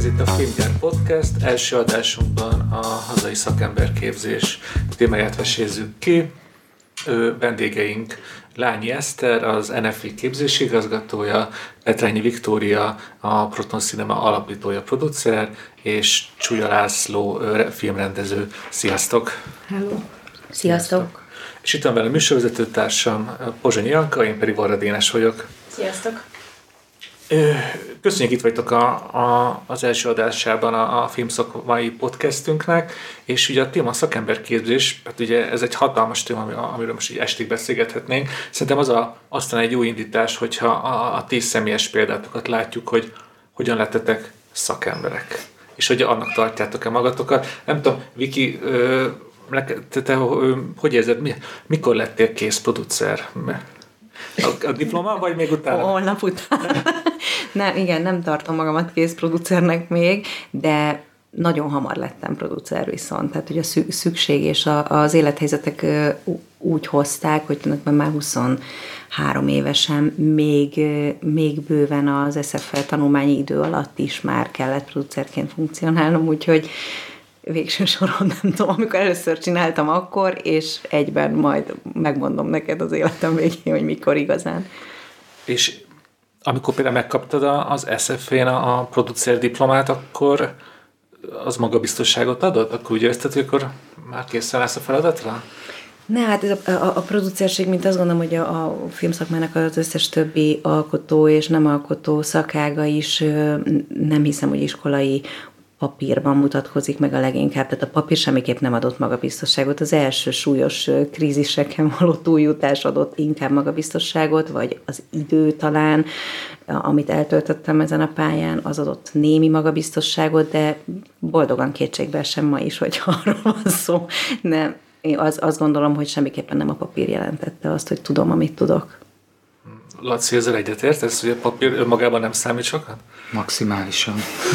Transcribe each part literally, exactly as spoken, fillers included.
itt a Filmgyár Podcast. Első adásunkban a hazai szakemberképzés témáját vesézzük ki. Vendégeink Lányi Eszter, az en ef i képzési igazgatója, Petrányi Viktória, a Proton Cinema alapítója, producer, és Csúlya László filmrendező. Sziasztok! Hello! Sziasztok! Sziasztok. És itt van velem műsorvezetőtársam, Pozsonyi Janka, én pedig Varrad Énes vagyok. Sziasztok! Köszönjük, itt vagytok a, a, az első adásában a, a filmszakmai podcastünknek, és ugye a téma a szakemberképzés, hát ugye ez egy hatalmas téma, amiről most így estig beszélgethetnénk. Szerintem az a, aztán egy jó indítás, hogyha a, a ti személyes példátokat látjuk, hogy hogyan lettetek szakemberek, és hogy annak tartjátok-e magatokat. Nem tudom, Viki, ö, te, te ö, hogy érzed, mi, mikor lettél kész producer? A, a diploma, vagy még utána? Holnap utána. nem, igen, nem tartom magamat készproducernek még, de nagyon hamar lettem producer viszont. Tehát, hogy a szükség és a, az élethelyzetek úgy hozták, hogy tulajdonképpen már huszonhárom évesen, még, még bőven az es ef tanulmányi idő alatt is már kellett producerként funkcionálnom, úgyhogy végső soron nem tudom, amikor először csináltam akkor, és egyben majd megmondom neked az életem végén, hogy mikor igazán. És amikor például megkaptad az es ef en a producer diplomát, akkor az magabiztosságot adott? Akkor úgy érezted, hogy akkor már készen állsz a feladatra? Ne, hát ez a, a, a producerség, mint azt gondolom, hogy a, a filmszakmának az összes többi alkotó és nem alkotó szakága is nem hiszem, hogy iskolai papírban mutatkozik meg a leginkább, tehát a papír semmiképp nem adott magabiztosságot. Az első súlyos kríziseken való túljutás adott inkább magabiztosságot, vagy az idő talán, amit eltöltöttem ezen a pályán, az adott némi magabiztosságot, de boldogan kétségbe sem ma is, hogy arról van szó. De én az, azt gondolom, hogy semmiképpen nem a papír jelentette azt, hogy tudom, amit tudok. Laci, ezzel egyetértesz, hogy a papír önmagában nem számít sokat? Maximálisan.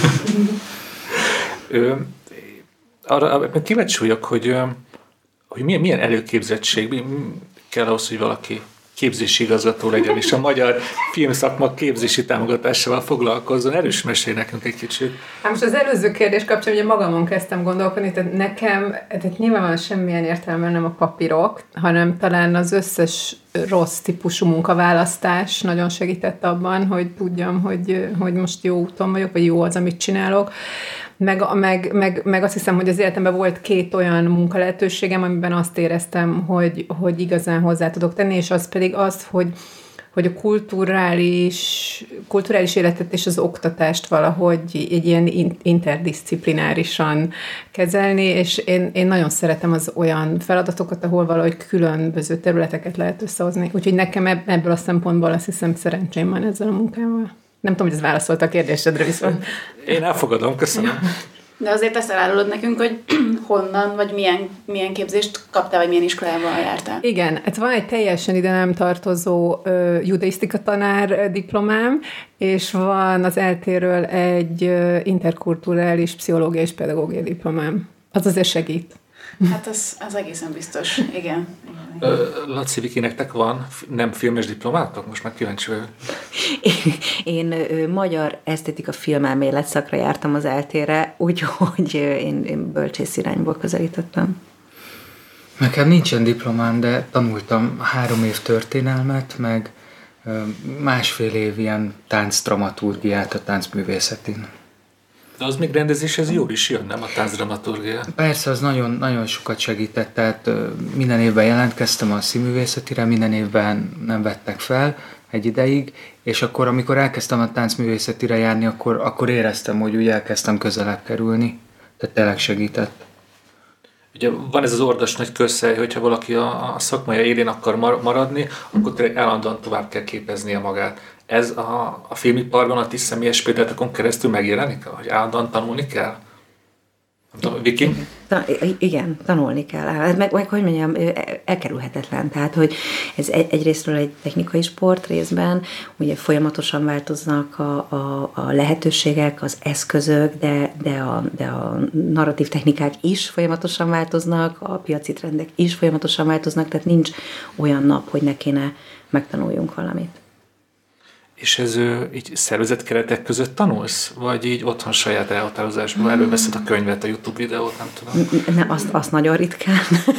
Ö, arra kíváncsi vagyok, hogy, hogy milyen, milyen előképzettség kell ahhoz, hogy valaki képzési igazgató legyen, és a magyar filmszakma képzési támogatásával foglalkozzon. Erős mesélj nekünk egy kicsit. Hát most az előző kérdés kapcsán ugye magamon kezdtem gondolkodni, tehát nekem, tehát nyilvánvalóan semmilyen értelme nem a papírok, hanem talán az összes rossz típusú munkaválasztás nagyon segített abban, hogy tudjam, hogy, hogy most jó úton vagyok, vagy jó az, amit csinálok. Meg, meg, meg, meg azt hiszem, hogy az életemben volt két olyan munkalehetőségem, amiben azt éreztem, hogy, hogy igazán hozzá tudok tenni, és az pedig az, hogy, hogy a kulturális, kulturális életet és az oktatást valahogy egy ilyen interdisziplinárisan kezelni, és én, én nagyon szeretem az olyan feladatokat, ahol valahogy különböző területeket lehet összehozni. Úgyhogy nekem ebből a szempontból azt hiszem szerencsém van ezzel a munkával. Nem tudom, hogy ez válaszolt a kérdésedre viszont. Én elfogadom, köszönöm. De azért ezt elárulod nekünk, hogy honnan, vagy milyen, milyen képzést kaptál, vagy milyen iskolában jártál. Igen, hát van egy teljesen ide nem tartozó uh, judaisztika tanár diplomám, és van az eltéről egy uh, interkulturális pszichológiai és pedagógiai diplomám. Az azért segít. Hát az, az egészen biztos, igen. Ö, Laci, Viki, nektek van nem filmes diplomátok? Most már kíváncsi vagyok. Én, én magyar esztétika filmelmélet szakra jártam az eltére, úgyhogy én, én bölcsész irányból közelítettem. Nekem nincsen diplomám, de tanultam három év történelmet, meg másfél év ilyen táncdramaturgiát a táncművészetén. De az még rendezéshez jól is jön, nem a táncdramaturgia? Persze, az nagyon, nagyon sokat segített, tehát minden évben jelentkeztem a színművészetire, minden évben nem vettek fel egy ideig, és akkor, amikor elkezdtem a táncművészetire járni, akkor, akkor éreztem, hogy úgy elkezdtem közelebb kerülni, tehát tényleg segített. Ugye van ez az ordas nagy közhely, hogyha valaki a, a szakmája élén akar maradni, akkor tényleg állandóan tovább kell képeznie magát. Ez a, a filmiparban a ti személyes példátokon keresztül megjelenik, hogy állandóan tanulni kell? Viki? Ta, igen, tanulni kell. Meg, meg hogy mondjam, elkerülhetetlen. Tehát, hogy ez egyrésztről egy technikai sport részben, ugye folyamatosan változnak a, a, a lehetőségek, az eszközök, de, de, a, de a narratív technikák is folyamatosan változnak, a piaci trendek is folyamatosan változnak, tehát nincs olyan nap, hogy ne kéne megtanuljunk valamit. És ez ő, így szervezett keretek között tanulsz? Vagy így otthon saját elhatározásból előveszed a könyvet, a YouTube videót, nem tudom? Ne, azt, azt nagyon ritkán.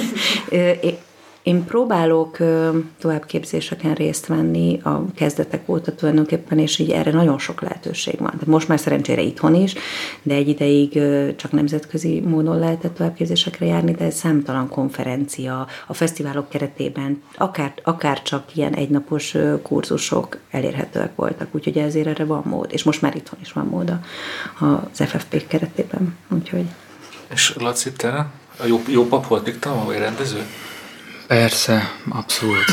Én próbálok továbbképzéseken részt venni a kezdetek óta tulajdonképpen, és így erre nagyon sok lehetőség van. De most már szerencsére itthon is, de egy ideig csak nemzetközi módon lehetett továbbképzésekre járni, de számtalan konferencia, a fesztiválok keretében, akár, akár csak ilyen egynapos kurzusok elérhetőek voltak, úgyhogy ezért erre van mód, és most már itthon is van mód az ef ef pé keretében. Úgyhogy. És Laci, te a jó, jó pap volt tanuló, vagy rendező? Persze, abszolút.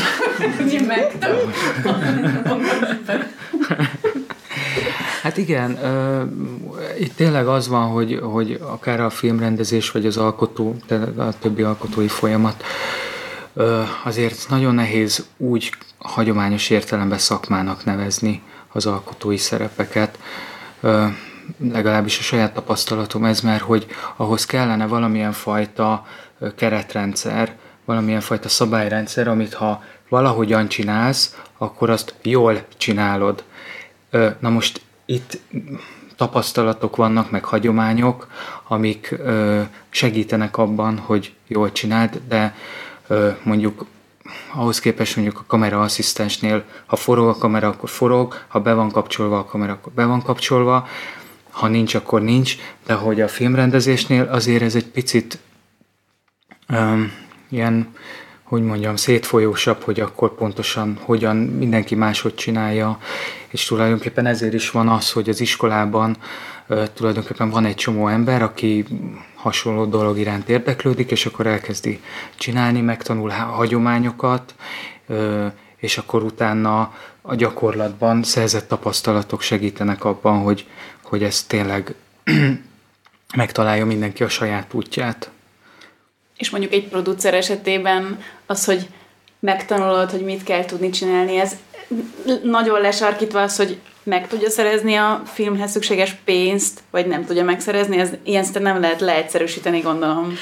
Hát igen, uh, itt tényleg az van, hogy, hogy akár a filmrendezés, vagy az alkotó, a többi alkotói folyamat, uh, azért nagyon nehéz úgy hagyományos értelemben szakmának nevezni az alkotói szerepeket. Uh, legalábbis a saját tapasztalatom ez, mert hogy ahhoz kellene valamilyen fajta keretrendszer, valamilyen fajta szabályrendszer, amit ha valahogyan csinálsz, akkor azt jól csinálod. Na most itt tapasztalatok vannak, meg hagyományok, amik segítenek abban, hogy jól csináld, de mondjuk ahhoz képest mondjuk a kameraasszisztensnél, ha forog a kamera, akkor forog, ha be van kapcsolva a kamera, akkor be van kapcsolva, ha nincs, akkor nincs, de hogy a filmrendezésnél azért ez egy picit um, ilyen, hogy mondjam, szétfolyósabb, hogy akkor pontosan hogyan mindenki máshogy csinálja, és tulajdonképpen ezért is van az, hogy az iskolában uh, tulajdonképpen van egy csomó ember, aki hasonló dolog iránt érdeklődik, és akkor elkezdi csinálni, megtanul hagyományokat, uh, és akkor utána a gyakorlatban szerzett tapasztalatok segítenek abban, hogy, hogy ez tényleg megtalálja mindenki a saját útját. És mondjuk egy producer esetében az, hogy megtanulod, hogy mit kell tudni csinálni, ez nagyon lesarkítva az, hogy meg tudja szerezni a filmhez szükséges pénzt, vagy nem tudja megszerezni, ez ilyen szinte nem lehet leegyszerűsíteni, gondolom.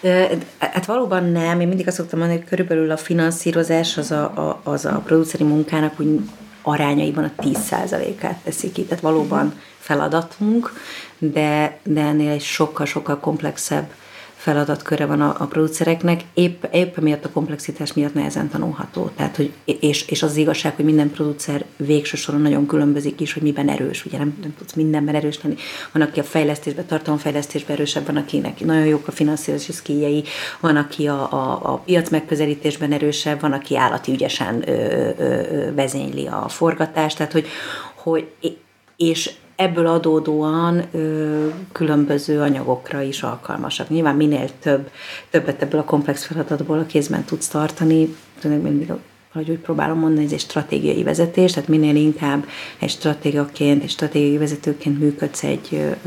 Hát valóban nem. Én mindig azt szoktam mondani, hogy körülbelül a finanszírozás az a, a, az a produceri munkának úgy arányaiban a tíz százalékát teszi ki. Tehát valóban feladatunk, de, de ennél egy sokkal-sokkal komplexebb feladatköre van a, a producereknek, épp, épp miatt a komplexitás miatt nehezen tanulható. Tehát, hogy, és, és az, az igazság, hogy minden producer végső soron nagyon különbözik is, hogy miben erős. Ugye nem, nem tudsz mindenben erős lenni. Van, aki a fejlesztésben, tartalomfejlesztésben erősebb, van, akinek nagyon jók a finanszírozási szkíjei, van, aki a, a, a piac megközelítésben erősebb, van, aki állati ügyesen ö, ö, ö, vezényli a forgatást. Tehát, hogy, hogy és ebből adódóan ö, különböző anyagokra is alkalmasak. Nyilván minél több, többet ebből a komplex feladatból a kézben tudsz tartani, mindig valahogy úgy próbálom mondani, ez egy stratégiai vezetés, tehát minél inkább egy stratégaként, egy stratégiai vezetőként működsz egy ö,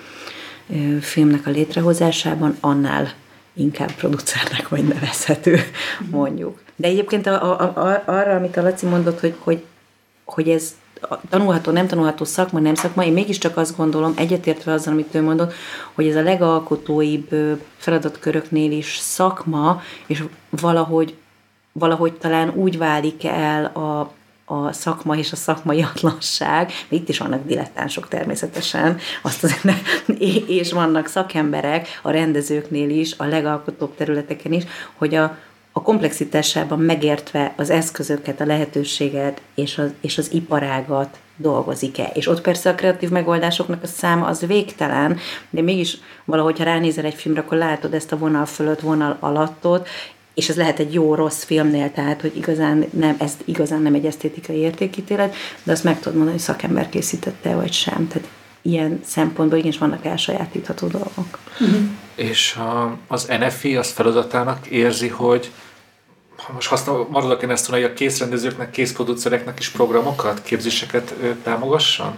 ö, filmnek a létrehozásában, annál inkább producernek vagy nevezhető, mondjuk. De egyébként a, a, a, arra, amit a Laci mondott, hogy, hogy, hogy ez tanulható, nem tanulható szakma, nem szakma, én mégiscsak azt gondolom, egyetértve azzal, amit ő mondott, hogy ez a legalkotóibb feladatköröknél is szakma, és valahogy, valahogy talán úgy válik el a, a szakma és a szakmaiatlanság, de itt is vannak dilettánsok természetesen, azt azért ne, és vannak szakemberek a rendezőknél is, a legalkotóbb területeken is, hogy a a komplexitásában megértve az eszközöket, a lehetőséget és az, és az iparágat dolgozik-e. És ott persze a kreatív megoldásoknak a száma az végtelen, de mégis valahogy, ha ránézel egy filmre, akkor látod ezt a vonal fölött, vonal alattot, és ez lehet egy jó-rossz filmnél, tehát, hogy igazán nem, ez igazán nem egy esztétikai értékítélet, de azt meg tudod mondani, hogy szakember készítette vagy sem. Tehát ilyen szempontból igenis vannak elsajátítható dolgok. Uh-huh. És a, az en ef i az feladatának érzi, hogy ha most használ, maradok én ezt, hogy a készrendezőknek, készproducereknek is programokat, képzéseket ö, támogasson?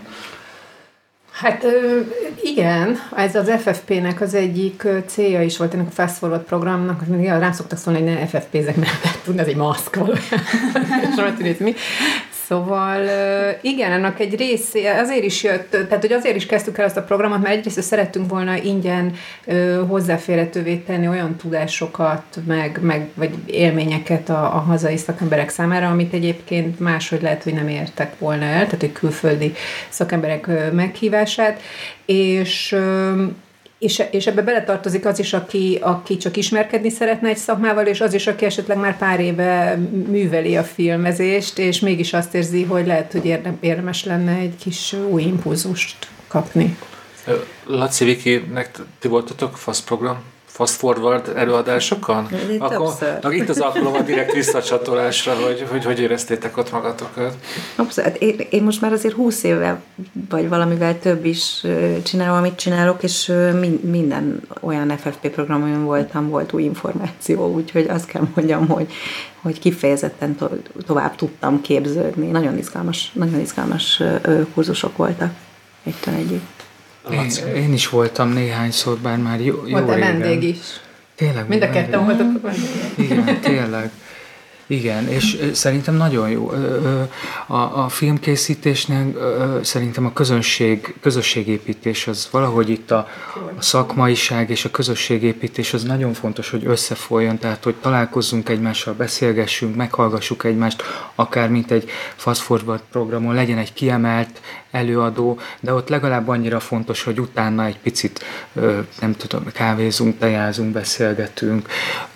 Hát igen, ez az ef ef pé-nek az egyik célja is volt ennek a Fast Forward programnak, hogy mindig rám szoktak szólni, hogy ne ef ef pé-zek nem lehet tudni, ez egy maszk valójában. mi. Szóval igen, ennek egy része, azért is jött, tehát hogy azért is kezdtük el ezt a programot, mert egyrészt szerettünk volna ingyen hozzáférhetővé tenni olyan tudásokat, meg, meg vagy élményeket a, a hazai szakemberek számára, amit egyébként máshogy lehet, hogy nem értek volna el, tehát hogy külföldi szakemberek meghívását, és És, és ebbe beletartozik az is, aki, aki csak ismerkedni szeretne egy szakmával, és az is, aki esetleg már pár éve műveli a filmezést, és mégis azt érzi, hogy lehet, hogy érdemes lenne egy kis új impulzust kapni. Laci, Vikinek ti voltatok Fast Program, Fast Forward előadásokon? Akkor, akkor itt az alkalom a direkt visszacsatolásra, hogy, hogy hogy éreztétek ott magatokat? Abszolút. Én, én most már azért húsz éve, vagy valamivel több is csinálom, amit csinálok, és minden olyan ef ef pé programon voltam, volt új információ, úgyhogy azt kell mondjam, hogy, hogy kifejezetten to- tovább tudtam képződni. Nagyon izgalmas, nagyon izgalmas kurzusok voltak egytől egyik. Én, én is voltam néhányszor, bár már jó, jó volt régen. vendég is. Tényleg? Mind a ketten voltatok vendég. Igen, tényleg. Igen, és szerintem nagyon jó. A, a filmkészítésnél szerintem a közönség, közösségépítés az valahogy itt a, a szakmaiság és a közösségépítés az nagyon fontos, hogy összefolyjon, tehát hogy találkozzunk egymással, beszélgessünk, meghallgassuk egymást, akár mint egy Fast Forward programon legyen egy kiemelt előadó, de ott legalább annyira fontos, hogy utána egy picit nem tudom, kávézunk, tejázunk, beszélgetünk,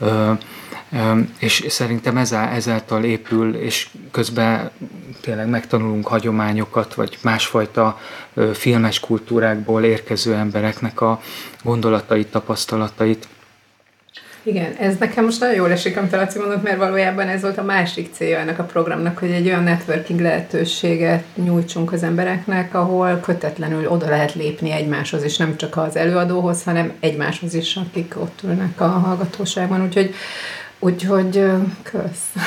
és szerintem ezáltal épül, és közben tényleg megtanulunk hagyományokat, vagy másfajta filmes kultúrákból érkező embereknek a gondolatait, tapasztalatait. Igen, ez nekem most nagyon jól esik, amit a Laci mondott, mert valójában ez volt a másik célja ennek a programnak, hogy egy olyan networking lehetőséget nyújtsunk az embereknek, ahol kötetlenül oda lehet lépni egymáshoz, és nem csak az előadóhoz, hanem egymáshoz is, akik ott ülnek a hallgatóságban. Úgyhogy Úgyhogy kösz.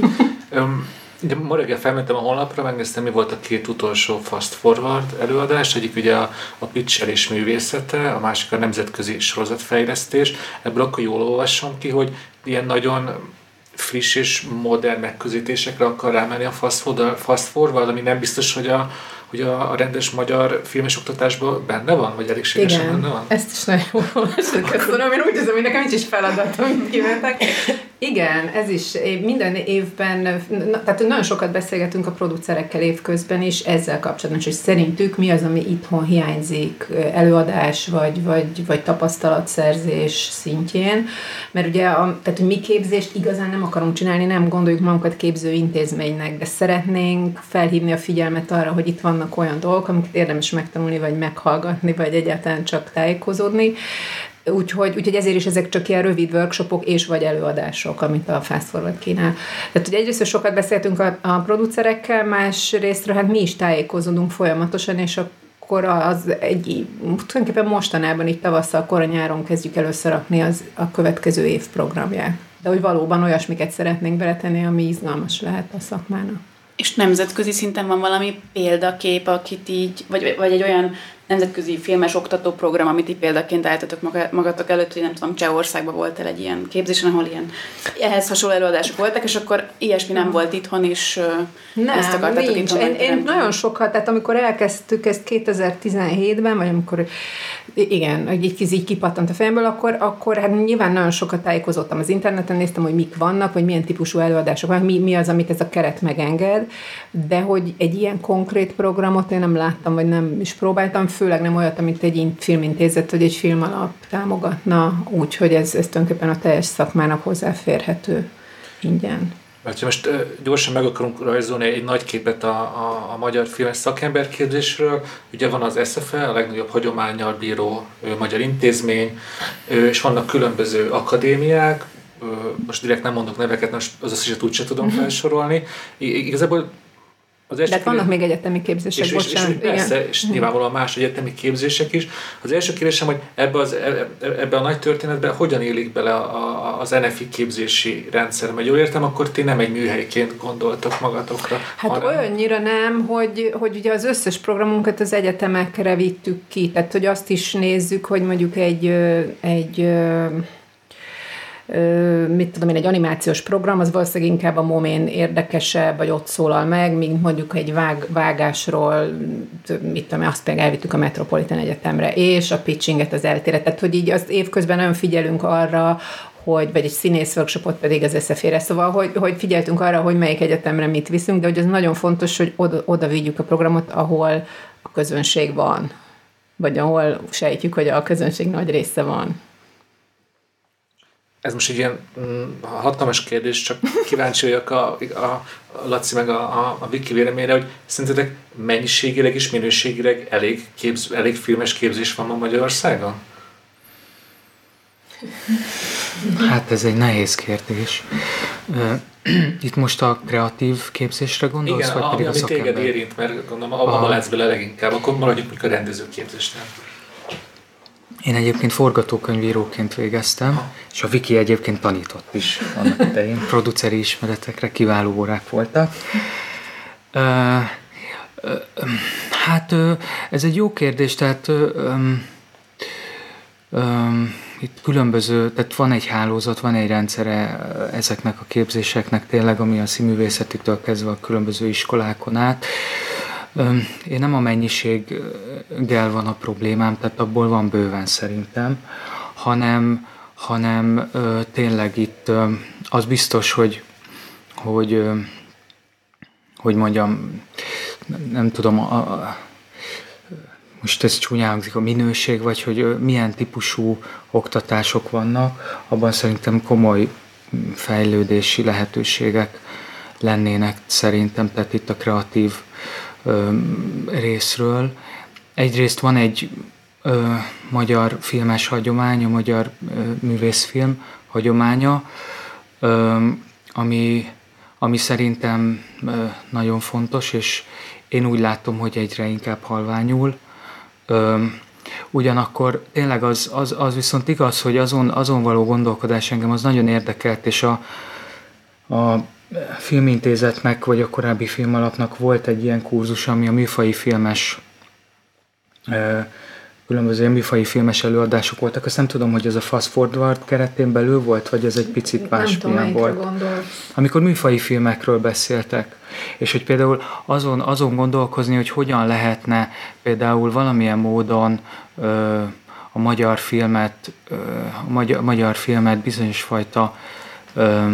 um, ugye ma reggel felmentem a honlapra, megnéztem, mi volt a két utolsó Fast Forward előadás. Egyik ugye a, a pitchelés művészete, a másik a nemzetközi sorozatfejlesztés. Ebből akkor jól olvasom ki, hogy ilyen nagyon friss és modern megközelítésekre akar rámenni a Fast Forward, Fast Forward, ami nem biztos, hogy a hogy a, a rendes magyar filmes oktatásban benne van, vagy elégségesen igen, benne van? Ezt is nagyon jól olvasod, köszönöm. Én úgy érzem, hogy nekem nincs is feladatom, amit kimentek. Igen, ez is minden évben, na, tehát nagyon sokat beszélgetünk a producerekkel évközben is ezzel kapcsolatban, hogy szerintük mi az, ami itthon hiányzik előadás, vagy, vagy, vagy tapasztalatszerzés szintjén. Mert ugye, a, tehát mi képzést igazán nem akarunk csinálni, nem gondoljuk magunkat képző intézménynek, de szeretnénk felhívni a figyelmet arra, hogy itt vannak olyan dolgok, amiket érdemes megtanulni, vagy meghallgatni, vagy egyáltalán csak tájékozódni. Úgyhogy, úgyhogy ezért is ezek csak ilyen rövid workshopok és vagy előadások, amit a Fast Forward kínál. Tehát ugye egyrészt sokat beszéltünk a, a producerekkel, másrésztről hát mi is tájékozódunk folyamatosan, és akkor az egy, tulajdonképpen mostanában itt tavasszal, kora nyáron kezdjük el összerakni az, a következő év programját. De hogy valóban olyasmiket szeretnénk beletenni, ami izgalmas lehet a szakmának. És nemzetközi szinten van valami példakép, akit így, vagy, vagy egy olyan nemzetközi filmes oktató program, amit így példaként álltatok magatok előtt, hogy nem tudom, Csehországban volt el egy ilyen képzésen, ahol ilyen ehhez hasonló előadások voltak, és akkor ilyesmi nem volt itthon, és nem, ezt akartátok nincs. itthon. Én, én nagyon sokat, tehát amikor elkezdtük ezt kétezer-tizenhétben, vagy amikor igen, így, így kipattant a fejemből, akkor, akkor hát nyilván nagyon sokat tájékozottam az interneten, néztem, hogy mik vannak, vagy milyen típusú előadások vannak, mi, mi az, amit ez a keret megenged, de hogy egy ilyen konkrét programot én nem láttam, vagy nem is próbáltam, főleg nem olyat, amit egy filmintézet, vagy egy filmalap támogatna, úgyhogy ez, ez tulajdonképpen a teljes szakmának hozzáférhető ingyen. Mert most gyorsan meg akarunk rajzolni egy nagy képet a, a, a magyar filmes szakemberképzésről. Ugye van az es ef e, a legnagyobb hagyománnyal bíró magyar intézmény, és vannak különböző akadémiák, most direkt nem mondok neveket, most az összeset úgyse tudom felsorolni. Igazából az de vannak kérdés... még egyetemi képzések, és, és, és, és persze, és mm. nyilvánvalóan más egyetemi képzések is. Az első kérdésem, hogy ebbe, az, ebbe a nagy történetben hogyan élik bele a, az en ef i képzési rendszer? Mert jól értem, akkor ti nem egy műhelyként gondoltok magatokra. Hát hanem... olyannyira nem, hogy, hogy ugye az összes programunkat az egyetemekre vittük ki. Tehát, hogy azt is nézzük, hogy mondjuk egy, egy mit tudom én, egy animációs program, az valószínűleg inkább a momén érdekesebb, vagy ott szólal meg, mint mondjuk egy vág, vágásról, mit tudom én, azt például elvittük a Metropolitan Egyetemre, és a pitchinget az eltére. Tehát, hogy így az évközben nem figyelünk arra, hogy, vagy egy színész workshopot pedig az es ef é-re, szóval, hogy, hogy figyeltünk arra, hogy melyik egyetemre mit viszünk, de hogy az nagyon fontos, hogy oda, oda vigyük a programot, ahol a közönség van, vagy ahol sejtjük, hogy a közönség nagy része van. Ez most egy ilyen mm, hatalmas kérdés, csak kíváncsi vagyok a, a, a Laci meg a, a, a Viki véleményre, hogy szerintetek mennyiségileg és minőségileg elég, képz, elég filmes képzés van ma Magyarországon? Hát ez egy nehéz kérdés. Itt most a kreatív képzésre gondolsz, igen, vagy ami, pedig a ami szakember? téged érint, mert gondolom abban látsz bele leginkább, akkor maradjuk még a rendezőképzésnél. Én egyébként forgatókönyvíróként végeztem, ha. és a Viki egyébként tanított is annak idején. Produceri ismeretekre kiváló órák voltak. Uh, uh, hát uh, ez egy jó kérdés, tehát uh, um, um, itt különböző, tehát van egy hálózat, van egy rendszere ezeknek a képzéseknek tényleg, ami a színművészetitől kezdve a különböző iskolákon át. Én nem a mennyiséggel van a problémám, tehát abból van bőven szerintem, hanem, hanem tényleg itt az biztos, hogy, hogy, hogy mondjam, nem tudom, a, a, most ez csúnyán hangzik, a minőség, vagy hogy milyen típusú oktatások vannak, abban szerintem komoly fejlődési lehetőségek lennének szerintem, tehát itt a kreatív ö, részről. Egyrészt van egy ö, magyar filmes hagyomány, a magyar ö, művészfilm hagyománya, ö, ami, ami szerintem ö, nagyon fontos, és én úgy látom, hogy egyre inkább halványul. Ö, ugyanakkor tényleg az, az, az viszont igaz, hogy azon, azon való gondolkodás engem az nagyon érdekelt, és a, a Filmintézetnek, vagy a korábbi Filmalapnak volt egy ilyen kurzus, ami a műfaji filmes, ö, különböző műfaji filmes előadások voltak. Azt nem tudom, hogy ez a Fast Forward keretén belül volt, vagy ez egy picit másmilyen volt. Gondolsz. Amikor műfaji filmekről beszéltek, és hogy például azon, azon gondolkozni, hogy hogyan lehetne például valamilyen módon ö, a magyar filmet, ö, a magyar, magyar filmet bizonyos fajta ö,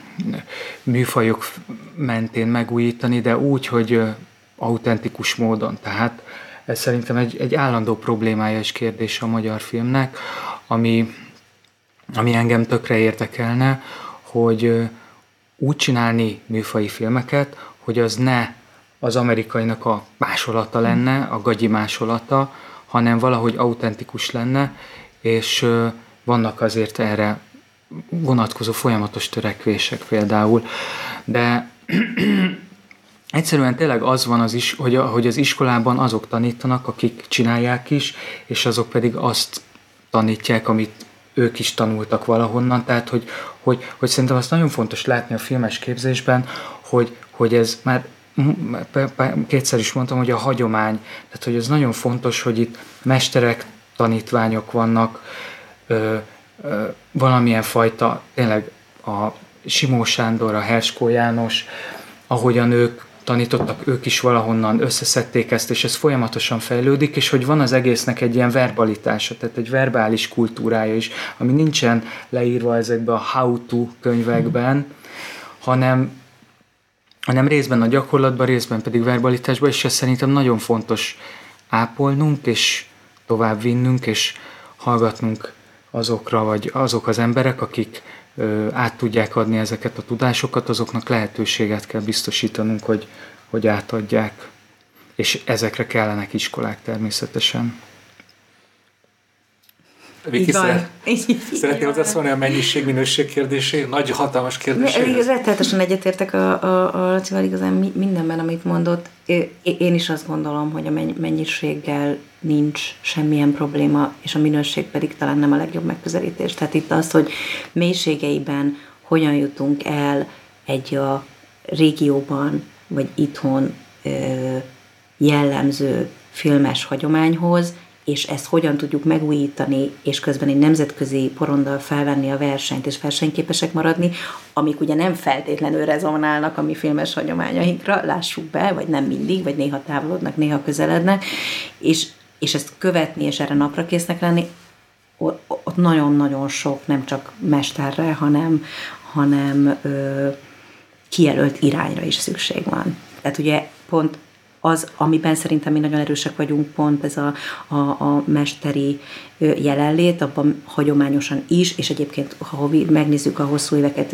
műfajok mentén megújítani, de úgy, hogy ö, autentikus módon. Tehát ez szerintem egy, egy állandó problémája és kérdése a magyar filmnek, ami, ami engem tökre érdekelne, hogy ö, úgy csinálni műfaji filmeket, hogy az ne az amerikainak a másolata lenne, a gagyi másolata, hanem valahogy autentikus lenne, és ö, vannak azért erre vonatkozó folyamatos törekvések például. De egyszerűen tényleg az van, az is, hogy, a, hogy az iskolában azok tanítanak, akik csinálják is, és azok pedig azt tanítják, amit ők is tanultak valahonnan. Tehát, hogy, hogy, hogy szerintem azt nagyon fontos látni a filmes képzésben, hogy, hogy ez már kétszer is mondtam, hogy a hagyomány, tehát hogy ez nagyon fontos, hogy itt mesterek, tanítványok vannak, ö, ö, valamilyen fajta, tényleg a Simó Sándor, a Herskó János, ahogyan ők tanítottak, ők is valahonnan összeszedték ezt, és ez folyamatosan fejlődik, és hogy van az egésznek egy ilyen verbalitása, tehát egy verbális kultúrája is, ami nincsen leírva ezekben a how-to könyvekben, hanem hanem részben a gyakorlatban, részben pedig verbalitásban, és ezt szerintem nagyon fontos ápolnunk, és tovább vinnünk, és hallgatnunk azokra, vagy azok az emberek, akik ö, át tudják adni ezeket a tudásokat, azoknak lehetőséget kell biztosítanunk, hogy, hogy átadják. És ezekre kellenek iskolák természetesen. Viki, szeret, szeretnél hozzászólni a mennyiség-minőség kérdésé? Nagy, hatalmas kérdés. Rettenetesen egyetértek a, a, a Lacival igazán mindenben, amit mondott. Én is azt gondolom, hogy a mennyiséggel nincs semmilyen probléma, és a minőség pedig talán nem a legjobb megközelítés. Tehát itt az, hogy mélységeiben hogyan jutunk el egy a régióban, vagy itthon jellemző filmes hagyományhoz, és ezt hogyan tudjuk megújítani, és közben egy nemzetközi porondal felvenni a versenyt, és versenyképesek maradni, amik ugye nem feltétlenül rezonálnak a mi filmes hagyományainkra, lássuk be, vagy nem mindig, vagy néha távolodnak, néha közelednek, és, és ezt követni, és erre napra késznek lenni, ott nagyon-nagyon sok, nem csak mesterre, hanem, hanem ö, kijelölt irányra is szükség van. Tehát ugye pont az, amiben szerintem mi nagyon erősek vagyunk, pont ez a, a, a mesteri jelenlét, abban hagyományosan is, és egyébként, ha megnézzük a hosszú éveket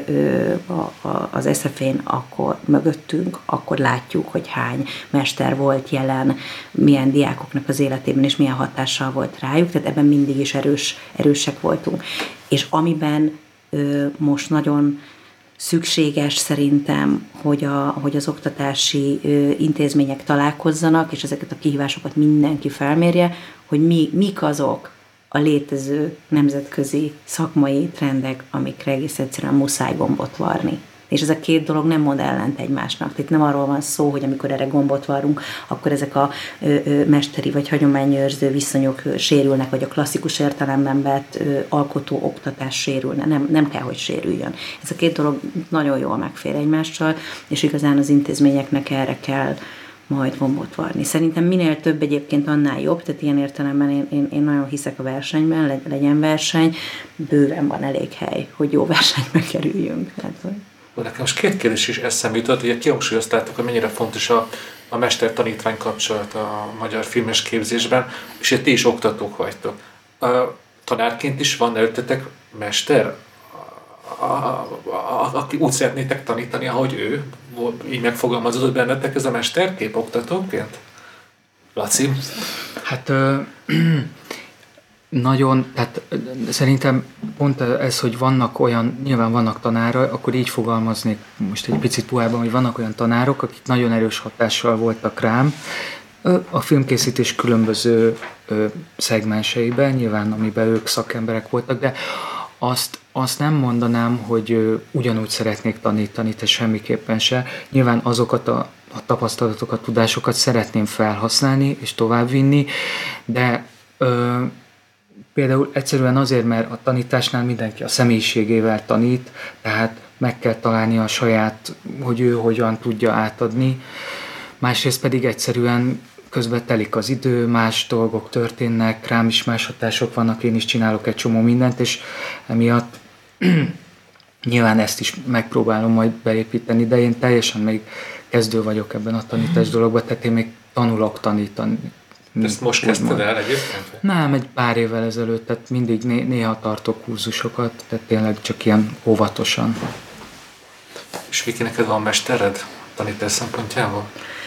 az es ef én, akkor mögöttünk, akkor látjuk, hogy hány mester volt jelen, milyen diákoknak az életében, és milyen hatással volt rájuk, tehát ebben mindig is erős, erősek voltunk. És amiben most nagyon szükséges szerintem, hogy, a, hogy az oktatási ö, intézmények találkozzanak, és ezeket a kihívásokat mindenki felmérje, hogy mi, mik azok a létező nemzetközi szakmai trendek, amikre egész egyszerűen muszáj gombot varni. És ez a két dolog nem mond ellent egymásnak. Itt nem arról van szó, hogy amikor erre gombot varunk, akkor ezek a ö, ö, mesteri vagy hagyományőrző viszonyok ö, sérülnek, vagy a klasszikus értelemben vett ö, alkotó oktatás sérülne. Nem, nem kell, hogy sérüljön. Ez a két dolog nagyon jól megfér egymással, és igazán az intézményeknek erre kell majd gombot varni. Szerintem minél több egyébként annál jobb, tehát ilyen értelemben én, én, én nagyon hiszek a versenyben, legyen verseny, bőven van elég hely, hogy jó versenybe kerüljünk. Tehát, Nekem most két kérdés is eszembe jutott, ugye kihangsúlyoztátok, hogy mennyire fontos a, a mester-tanítvány kapcsolat a magyar filmes képzésben, és ti is oktatók vagytok. A, tanárként is van előttetek mester, a, a, a, aki úgy szeretnétek tanítani, ahogy ő, így megfogalmazódott bennetek ez a mesterkép oktatóként? Laci? Hát... Ö, Nagyon, tehát szerintem pont ez, hogy vannak olyan, nyilván vannak tanára, akkor így fogalmaznék most egy picit puhában, hogy vannak olyan tanárok, akik nagyon erős hatással voltak rám a filmkészítés különböző szegmenseiben, nyilván amiben ők szakemberek voltak, de azt, azt nem mondanám, hogy ugyanúgy szeretnék tanítani, te semmiképpen se. Nyilván azokat a, a tapasztalatokat, tudásokat szeretném felhasználni és továbbvinni, de ö, például egyszerűen azért, mert a tanításnál mindenki a személyiségével tanít, tehát meg kell találni a saját, hogy ő hogyan tudja átadni. Másrészt pedig egyszerűen közben telik az idő, más dolgok történnek, rám is más hatások vannak, én is csinálok egy csomó mindent, és emiatt nyilván ezt is megpróbálom majd beépíteni, de én teljesen még kezdő vagyok ebben a tanítás dologban, tehát én még tanulok tanítani. Ezt most kezdted el egyébként? Nem, egy pár évvel ezelőtt, tehát mindig né- néha tartok kurzusokat, tehát tényleg csak ilyen óvatosan. És Viki, neked van mestered tanítás szempontjából?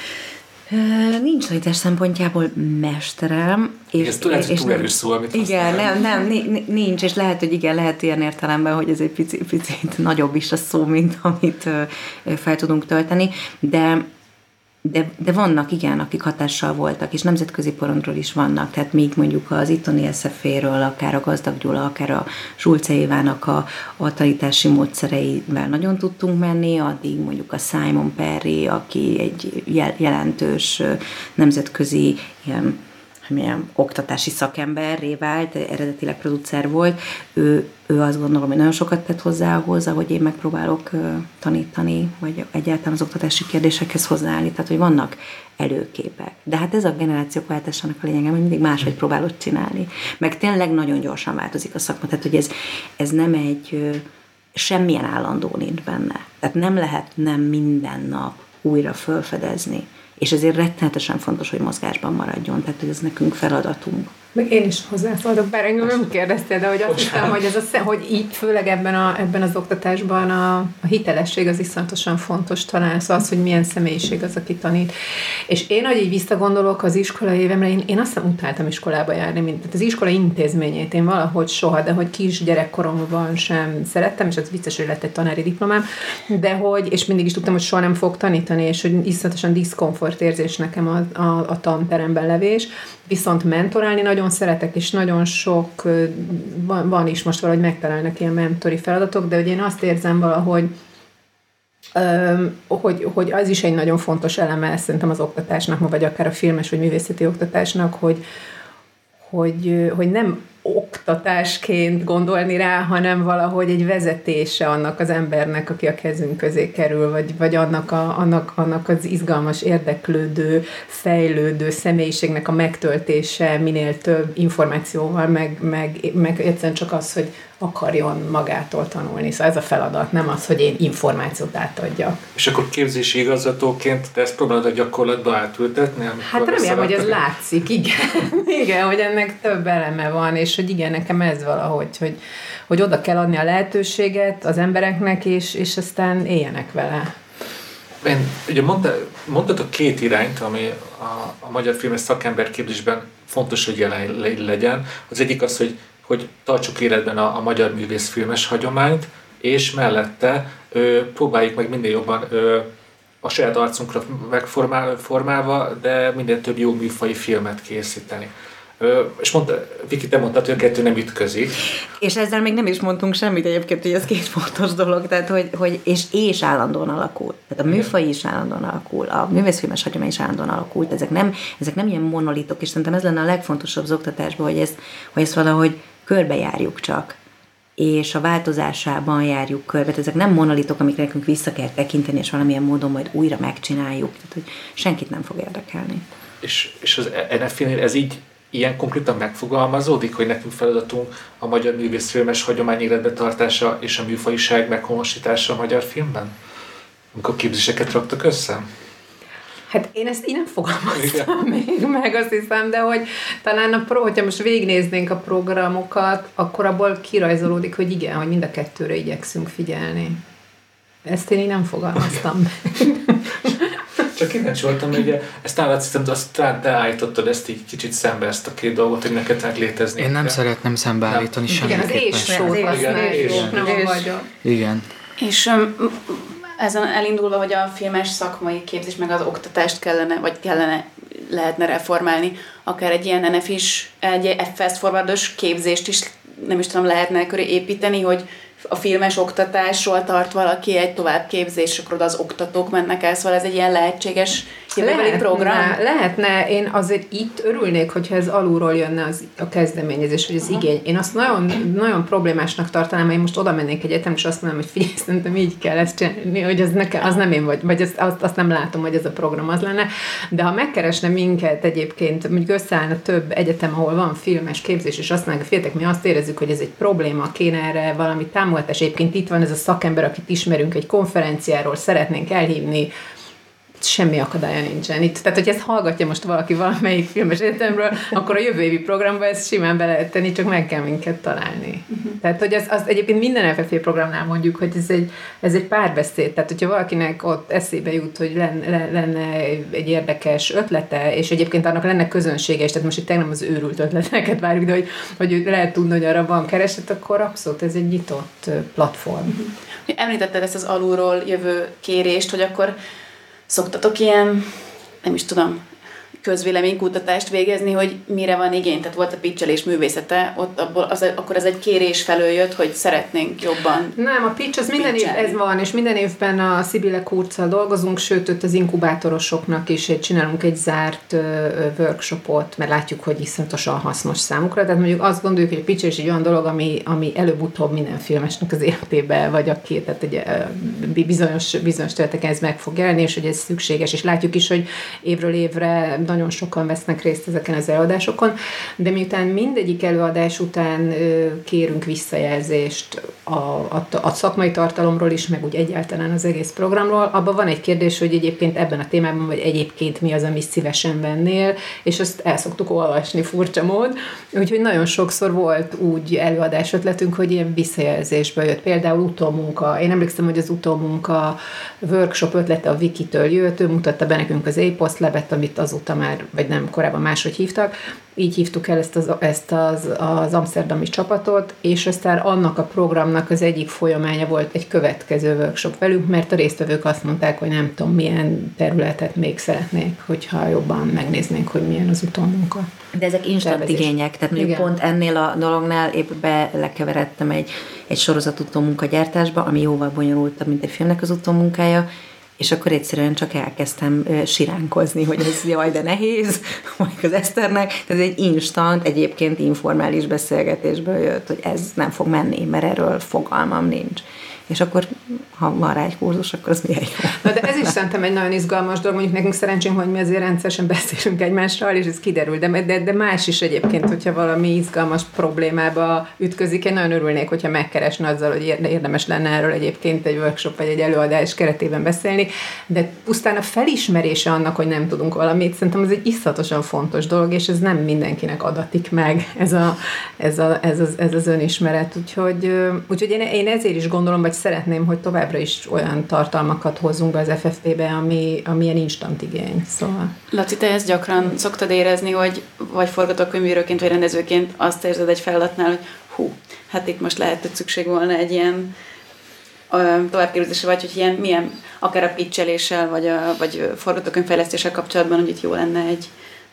Nincs tanítás szempontjából mesterem. És, ez lehet, hogy túl erős szó, amit igen, nem, nem, nincs, és lehet, hogy igen, lehet ilyen értelemben, hogy ez egy picit, picit nagyobb is a szó, mint amit fel tudunk tölteni, de De, de vannak, igen, akik hatással voltak, és nemzetközi porondról is vannak, tehát még mondjuk az ittoni es ef é-ről, akár a Gazdag Gyula, akár a Sulce Évának a, a tanítási módszereivel nagyon tudtunk menni, addig mondjuk a Simon Perry, aki egy jelentős nemzetközi ilyen, milyen oktatási szakemberré vált, eredetileg producer volt, ő, ő azt gondolom, hogy nagyon sokat tett hozzá ahhoz, ahogy én megpróbálok tanítani, vagy egyáltalán az oktatási kérdésekhez hozzáállni, tehát hogy vannak előképek. De hát ez a generációkváltásának a lényege, hogy mindig máshogy próbálod csinálni. Meg tényleg nagyon gyorsan változik a szakma, tehát hogy ez, ez nem egy, semmilyen állandó nincs benne. Tehát nem lehet nem minden nap újra felfedezni. És ezért rettenetesen fontos, hogy mozgásban maradjon, tehát hogy ez nekünk feladatunk. Meg én is hozzászólok, bár engem nem kérdeztél, de hogy azt hiszem, hogy, ez a, hogy így főleg ebben, a, ebben az oktatásban a, a hitelesség az iszonyatosan fontos talán, szóval az, hogy milyen személyiség az, aki tanít. És én, hogy így visszagondolok az iskolai évemre, én, én azt hiszem utáltam iskolába járni, mint tehát az iskola intézményét én valahogy soha, de hogy kis gyerekkoromban sem szerettem, és az vicces, hogy lett egy tanári diplomám, de hogy, és mindig is tudtam, hogy soha nem fog tanítani, és hogy iszonyatosan diszkomfort érzés nekem a, a, a tanteremben levés, viszont mentorálni nagyon szeretek, és nagyon sok, van, van is most valahogy megtalálnak ilyen mentori feladatok, de hogy én azt érzem valahogy, hogy, hogy az is egy nagyon fontos eleme szerintem az oktatásnak, vagy akár a filmes vagy művészeti oktatásnak, hogy, hogy, hogy nem oktatásként gondolni rá, hanem valahogy egy vezetése annak az embernek, aki a kezünk közé kerül, vagy, vagy annak, a, annak, annak az izgalmas, érdeklődő, fejlődő személyiségnek a megtöltése minél több információval, meg, meg, meg egyszerűen csak az, hogy akarjon magától tanulni. Szóval ez a feladat, nem az, hogy én információt átadjak. És akkor képzési igazgatóként te ezt próbálod a gyakorlatba átültetni? Hát remélem, hogy ez látszik, igen. igen, hogy ennek több eleme van, és hogy igen, nekem ez valahogy, hogy, hogy oda kell adni a lehetőséget az embereknek, és, és aztán éljenek vele. Én, ugye mondta, mondtatok két irányt, ami a, a magyar filmes szakemberképzésben fontos, hogy jelen legyen. Az egyik az, hogy hogy tartsuk életben a, a magyar művészfilmes hagyományt, és mellette ö, próbáljuk meg minél jobban ö, a saját arcunkra megformálva, de minél több jó műfaji filmet készíteni. Ö, és mondta, Viki, te mondtad, hogy a kettő nem ütközik. És ezzel még nem is mondtunk semmit egyébként, hogy ez két fontos dolog, tehát hogy, hogy és, és állandóan alakul. Tehát a műfaj is állandóan alakul, a művészfilmes hagyomány is állandóan alakult. Ezek nem, ezek nem ilyen monolitok, és szerintem ez lenne a legfontosabb az oktatásban, hogy ezt, hogy ezt valahogy körbejárjuk csak, és a változásában járjuk körbe. Ezek nem monolitok, amikre nekünk vissza kell tekinteni, és valamilyen módon majd újra megcsináljuk. Tehát, hogy senkit nem fog érdekelni. És, és az en ef i-nél ez így ilyen konkrétan megfogalmazódik, hogy nekünk feladatunk a magyar művészfilmes hagyomány életbe tartása és a műfajiság meghonosítása a magyar filmben? Amikor képzéseket raktak össze? Hát én ezt így nem fogalmaztam még meg, azt hiszem, de hogy talán a pro, hogyha most végignéznénk a programokat, akkor abból kirajzolódik, hogy igen, hogy mind a kettőre igyekszünk figyelni. Ezt én így nem fogalmaztam meg. Csak kíváncsi voltam, hogy ugye ezt nálad hiszem, azt talán te állítottad ezt így kicsit szembe, ezt a két dolgot, hogy neked meg létezni. Én nem kell. Szeretném szembeállítani semmiképpen. Igen, az és-szót használjuk, nem a vagyok. Igen. És um, ezen elindulva, hogy a filmes szakmai képzés meg az oktatást kellene, vagy kellene, lehetne reformálni, akár egy ilyen en ef is, egy fast forwardos képzést is, nem is tudom, lehetne köré építeni, hogy a filmes oktatásról tart valaki egy továbbképzés, akkor oda az oktatók mennek el, szóval ez egy ilyen lehetséges jövőbeli program? Lehetne, én azért itt örülnék, hogyha ez alulról jönne az, a kezdeményezés, vagy az uh-huh. igény. Én azt nagyon, nagyon problémásnak tartanám, ha én most oda mennék egyetem, és azt mondom, hogy figyelj, szerintem így kell ezt csinálni, hogy az, nekem, az nem én vagy, vagy azt, azt, azt nem látom, hogy ez a program az lenne. De ha megkeresne minket egyébként, mondjuk összeállna több egyetem, ahol van filmes képzés, és azt mondják, féltek, mi azt érezzük, hogy ez egy probléma, kéne erre valami támogatás. Egyébként itt van ez a szakember, akit ismerünk egy konferenciáról, szeretnénk elhívni, semmi akadálya nincsen itt. Tehát, hogy ezt hallgatja most valaki valamelyik filmes egyetemről, akkor a jövő évi programba ezt simán be lehet tenni, csak meg kell minket találni. Uh-huh. Tehát, hogy az, az egyébként minden ef ef i programnál mondjuk, hogy ez egy, ez egy párbeszéd. Tehát, hogyha valakinek ott eszébe jut, hogy lenne, lenne egy érdekes ötlete, és egyébként annak lenne közönsége, és tehát most itt nem az őrült ötleteket várjuk, de hogy, hogy lehet tudni, hogy arra van kereset, akkor abszolút ez egy nyitott platform. Uh-huh. Említetted ezt az alulról jövő kérést, hogy akkor szoktatok ilyen, nem is tudom, közvéleménykutatást végezni, hogy mire van igény? Tehát volt a pitchelés művészete, ott abból az, akkor ez egy kérés felől jött, hogy szeretnénk jobban. Nem, a pitch az minden év ez van, és minden évben a Szibile Kurccal dolgozunk, sőt, ott az inkubátorosoknak is egy, csinálunk egy zárt uh, workshopot, mert látjuk, hogy iszonyatosan hasznos számukra. Tehát mondjuk azt gondoljuk, hogy a pitchelés egy olyan dolog, ami, ami előbb-utóbb minden filmesnek az életébe, vagy aki, tehát egy, uh, bizonyos, bizonyos területeken ez meg fog jelenni, és hogy ez szükséges, és látjuk is, hogy évről évre nagyon sokan vesznek részt ezeken az előadásokon, de miután mindegyik előadás után kérünk visszajelzést a, a, a szakmai tartalomról is, meg úgy egyáltalán az egész programról, abban van egy kérdés, hogy egyébként ebben a témában, vagy egyébként mi az, amit szívesen vennél, és azt el szoktuk olvasni furcsa mód, úgyhogy nagyon sokszor volt úgy előadás ötletünk, hogy ilyen visszajelzésből jött. Például utómunka. Én emlékszem, hogy az utómunka workshop ötlete a Vikitől jött, ő mutatta be nekünk az A-Post Labet, amit azóta már, vagy nem, korábban máshogy hívtak. Így hívtuk el ezt az, ezt az, az amszterdami csapatot, és aztán annak a programnak az egyik folyamánya volt egy következő workshop velünk, mert a résztvevők azt mondták, hogy nem tudom, milyen területet még szeretnék, hogyha jobban megnéznénk, hogy milyen az utómunka. De ezek instant tervezés. Igények, tehát mondjuk igen. Pont ennél a dolognál épp belekeveredtem egy, egy sorozat utómunkagyártásba, ami jóval bonyolultabb, mint egy filmnek az utómunkája, És akkor egyszerűen csak elkezdtem siránkozni, hogy ez jaj, de nehéz, vagy az Eszternek. Tehát ez egy instant, egyébként informális beszélgetésből jött, hogy ez nem fog menni, mert erről fogalmam nincs. És akkor, ha van rá egy kurzus, akkor az milyen jó. Na, de ez is szerintem egy nagyon izgalmas dolog, mondjuk nekünk szerencsénk, hogy mi azért rendszeresen beszélünk egymással, és ez kiderül, de, de, de más is egyébként, hogyha valami izgalmas problémába ütközik, én nagyon örülnék, hogyha megkeresne azzal, hogy érdemes lenne erről egyébként egy workshop vagy egy előadás keretében beszélni, de pusztán a felismerése annak, hogy nem tudunk valamit, szerintem ez egy iszonyatosan fontos dolog, és ez nem mindenkinek adatik meg, ez, a, ez, a, ez, az, ez az önismeret, úgyhogy, úgyhogy én, én ezért is gondolom, vagy szeretném, hogy továbbra is olyan tartalmakat hozzunk be az ef ef té-be, ami, ami ilyen instant igény. Szóval. Laci, te ezt gyakran szoktad érezni, hogy vagy forgatókönyvíróként, vagy rendezőként azt érzed egy feladatnál, hogy hú, hát itt most lehet, hogy szükség volna egy ilyen továbbképzésre, vagy hogy ilyen, milyen, akár a pitcheléssel, vagy, a, vagy forgatókönyvfejlesztéssel kapcsolatban, hogy itt jó lenne egy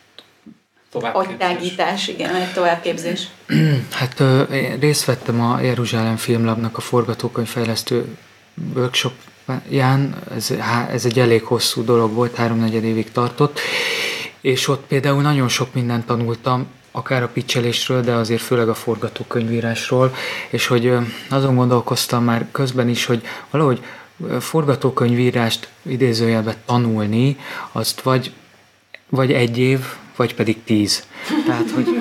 agytágítás, igen, egy továbbképzés. Hát én részt vettem a Jeruzsálem Filmlabnak a forgatókönyvfejlesztő workshopján, ez, ez egy elég hosszú dolog volt, háromnegyed évig tartott, és ott például nagyon sok mindent tanultam, akár a pitchelésről, de azért főleg a forgatókönyvírásról, és hogy azon gondolkoztam már közben is, hogy valahogy forgatókönyvírást idézőjelben tanulni, azt vagy, vagy egy év, vagy pedig tíz. Tehát, hogy,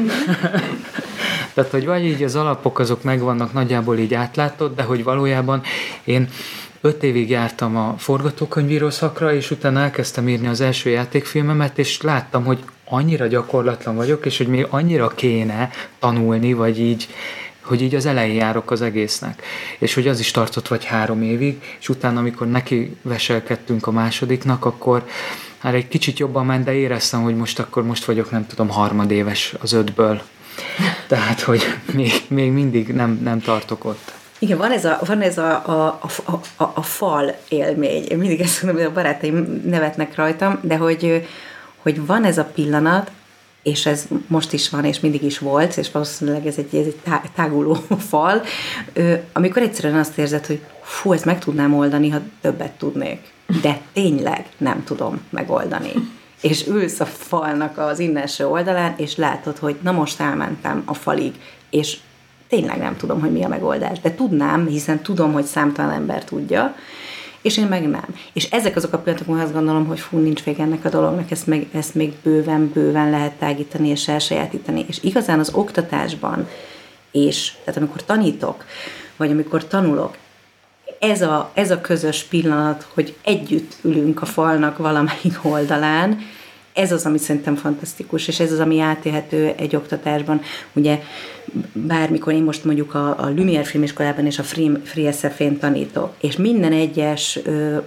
tehát, hogy vagy így az alapok azok megvannak, nagyjából így átlátod, de hogy valójában én öt évig jártam a forgatókönyvíró szakra, és utána elkezdtem írni az első játékfilmemet, és láttam, hogy annyira gyakorlatlan vagyok, és hogy még annyira kéne tanulni, vagy így, hogy így az elején járok az egésznek. És hogy az is tartott vagy három évig, és utána, amikor neki veselkedtünk a másodiknak, akkor hát egy kicsit jobban ment, de éreztem, hogy most akkor most vagyok, nem tudom, harmadéves az ötből. Tehát, hogy még, még mindig nem, nem tartok ott. Igen, van ez a, van ez a, a, a, a, a fal élmény. Én mindig ezt mondom, hogy a barátaim nevetnek rajtam, de hogy, hogy van ez a pillanat, és ez most is van, és mindig is volt, és valószínűleg ez egy, ez egy táguló fal, amikor egyszerűen azt érzed, hogy fú, ezt meg tudnám oldani, ha többet tudnék. De tényleg nem tudom megoldani. És ülsz a falnak az innenső oldalán, és látod, hogy na most elmentem a falig, és tényleg nem tudom, hogy mi a megoldás. De tudnám, hiszen tudom, hogy számtalan ember tudja, és én meg nem. És ezek azok a pillanatok, ahol azt gondolom, hogy fú, nincs vége ennek a dolognak, ezt, meg, ezt még bőven, bőven lehet tágítani és elsajátítani. És igazán az oktatásban, és tehát amikor tanítok, vagy amikor tanulok, ez a, ez a közös pillanat, hogy együtt ülünk a falnak valamelyik oldalán, ez az, ami szerintem fantasztikus, és ez az, ami átélhető egy oktatásban. Ugye bármikor én most mondjuk a, a Lumière filmiskolában és a Free, Free es ef-én tanítok, és minden egyes ö,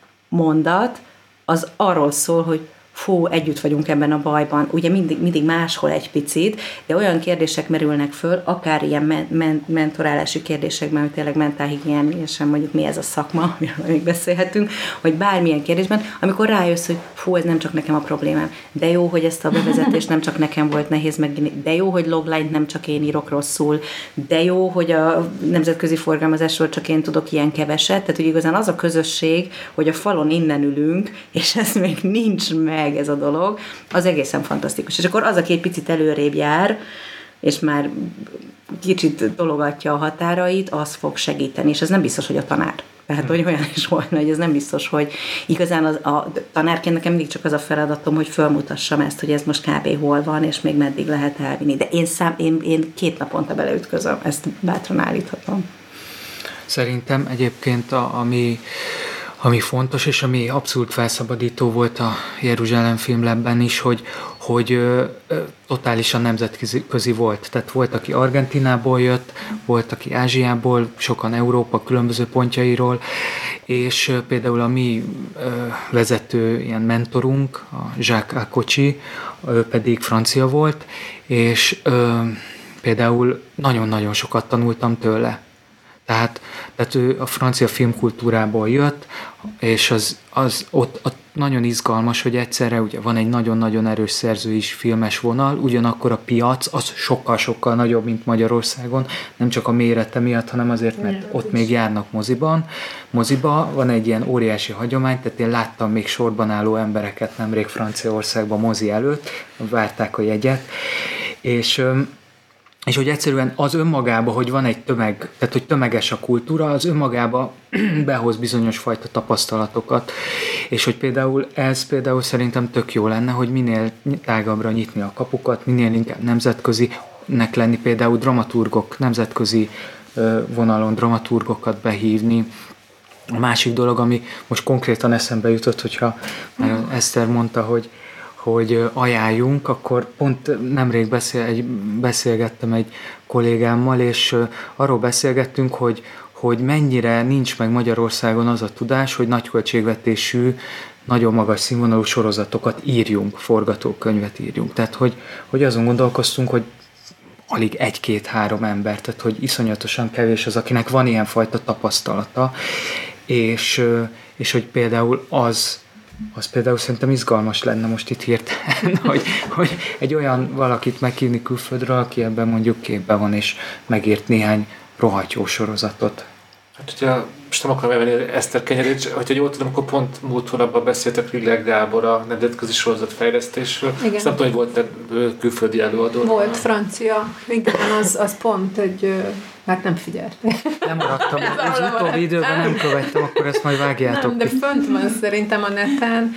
mondat az arról szól, hogy fú, együtt vagyunk ebben a bajban. Ugye mindig, mindig máshol egy picit, de olyan kérdések merülnek föl, akár ilyen men- men- mentorálási kérdésekben, hogy tényleg mentálhigiéniesen mondjuk mi ez a szakma, amiről még beszélhetünk, hogy bármilyen kérdésben, amikor rájössz, hogy fú, ez nem csak nekem a problémám, de jó, hogy ezt a bevezetést nem csak nekem volt nehéz megírni, de jó, hogy logline nem csak én írok rosszul, de jó, hogy a nemzetközi forgalmazásról csak én tudok ilyen keveset, tehát hogy igazán az a közösség, hogy a falon innen ülünk, és ez még nincs meg, ez a dolog, az egészen fantasztikus. És akkor az, aki egy picit előrébb jár, és már kicsit dologatja a határait, az fog segíteni, és ez nem biztos, hogy a tanár. Tehát, hogy olyan is volna, hogy ez nem biztos, hogy igazán az, a tanárként nekem mindig csak az a feladatom, hogy fölmutassam ezt, hogy ez most kb. Hol van, és még meddig lehet elvinni. De én, szám, én, én két naponta beleütközöm, ezt bátran állíthatom. Szerintem egyébként a, ami Ami fontos, és ami abszolút felszabadító volt a Jeruzsálem Filmlabben is, hogy, hogy ö, ö, totálisan nemzetközi volt. Tehát volt, aki Argentinából jött, volt, aki Ázsiából, sokan Európa különböző pontjairól, és ö, például a mi ö, vezető ilyen mentorunk, a Jacques Akocsi, ő pedig francia volt, és ö, például nagyon-nagyon sokat tanultam tőle. Tehát, tehát ő a francia filmkultúrából jött, és az, az ott, ott nagyon izgalmas, hogy egyszerre ugye van egy nagyon-nagyon erős szerző is filmes vonal, ugyanakkor a piac az sokkal-sokkal nagyobb, mint Magyarországon, nem csak a mérete miatt, hanem azért, mert ja, ott még járnak moziban. Moziba van egy ilyen óriási hagyomány, tehát én láttam még sorban álló embereket nemrég Franciaországban mozi előtt, várták a jegyet, és és hogy egyszerűen az önmagába, hogy van egy tömeg, tehát hogy tömeges a kultúra, az önmagába behoz bizonyos fajta tapasztalatokat, és hogy például ez például szerintem tök jó lenne, hogy minél tágabbra nyitni a kapukat, minél inkább nemzetközinek lenni, például dramaturgok, nemzetközi vonalon dramaturgokat behívni. A másik dolog, ami most konkrétan eszembe jutott, hogyha Eszter mondta, hogy hogy ajánljunk, akkor pont nemrég beszél, egy, beszélgettem egy kollégámmal, és arról beszélgettünk, hogy, hogy mennyire nincs meg Magyarországon az a tudás, hogy nagyköltségvetésű, nagyon magas színvonalú sorozatokat írjunk, forgatókönyvet írjunk. Tehát, hogy, hogy azon gondolkoztunk, hogy alig egy-két-három ember, tehát, hogy iszonyatosan kevés az, akinek van ilyenfajta tapasztalata, és, és hogy például az az például szerintem izgalmas lenne most itt hirtelen, hogy, hogy egy olyan valakit meghívni külföldről, aki ebben mondjuk képben van, és megírt néhány rohadt jó sorozatot. Hát ugye, most nem akarom elvenni Eszter kenyerét, hogyha jól tudom, akkor pont múlt hónapban beszéltek Riller Gábor a nemzetközi sorozatfejlesztésről. Azt nem tudom, hogy volt külföldi előadó. Volt francia, igen, az, az pont egy... Hát nem figyeltem. Nem maradtam, az utóbbi időben nem követtem, akkor ezt majd vágjátok. Nem, de fönt van szerintem a neten.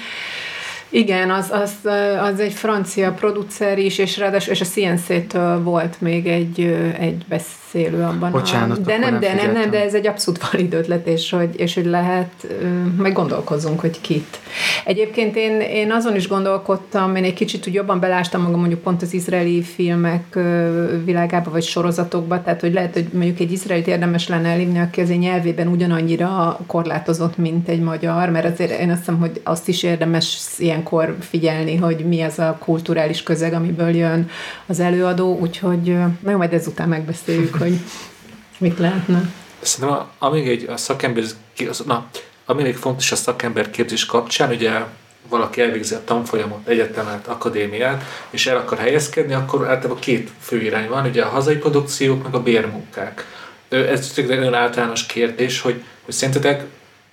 Igen, az, az, az egy francia producer is, és ráadásul és a C N C-től volt még egy, egy beszélő abban. Bocsánat, a, de nem, nem, de nem, nem, de ez egy abszolút valid ötlet, és hogy, és hogy lehet, meg gondolkozzunk, hogy kit. Egyébként én, én azon is gondolkodtam, én egy kicsit úgy jobban belástam magam mondjuk pont az izraeli filmek világába, vagy sorozatokba, tehát hogy lehet, hogy mondjuk egy izraelit érdemes lenne elhívni, aki az egy nyelvében ugyanannyira korlátozott, mint egy magyar, mert azért én azt hiszem, hogy azt is érdemes ilyenkor figyelni, hogy mi az a kulturális közeg, amiből jön az előadó, úgyhogy na jó, majd ezután megbeszéljük, hogy mit lehetne. Szerintem amíg egy a szakember, na, ami még fontos a szakemberképzés kapcsán, ugye valaki elvégzi a tanfolyamot, egyetemet, akadémiát, és el akar helyezkedni, akkor általában két fő irány van, ugye a hazai produkciók, meg a bérmunkák. Ez egy nagyon általános kérdés, hogy, hogy szerintetek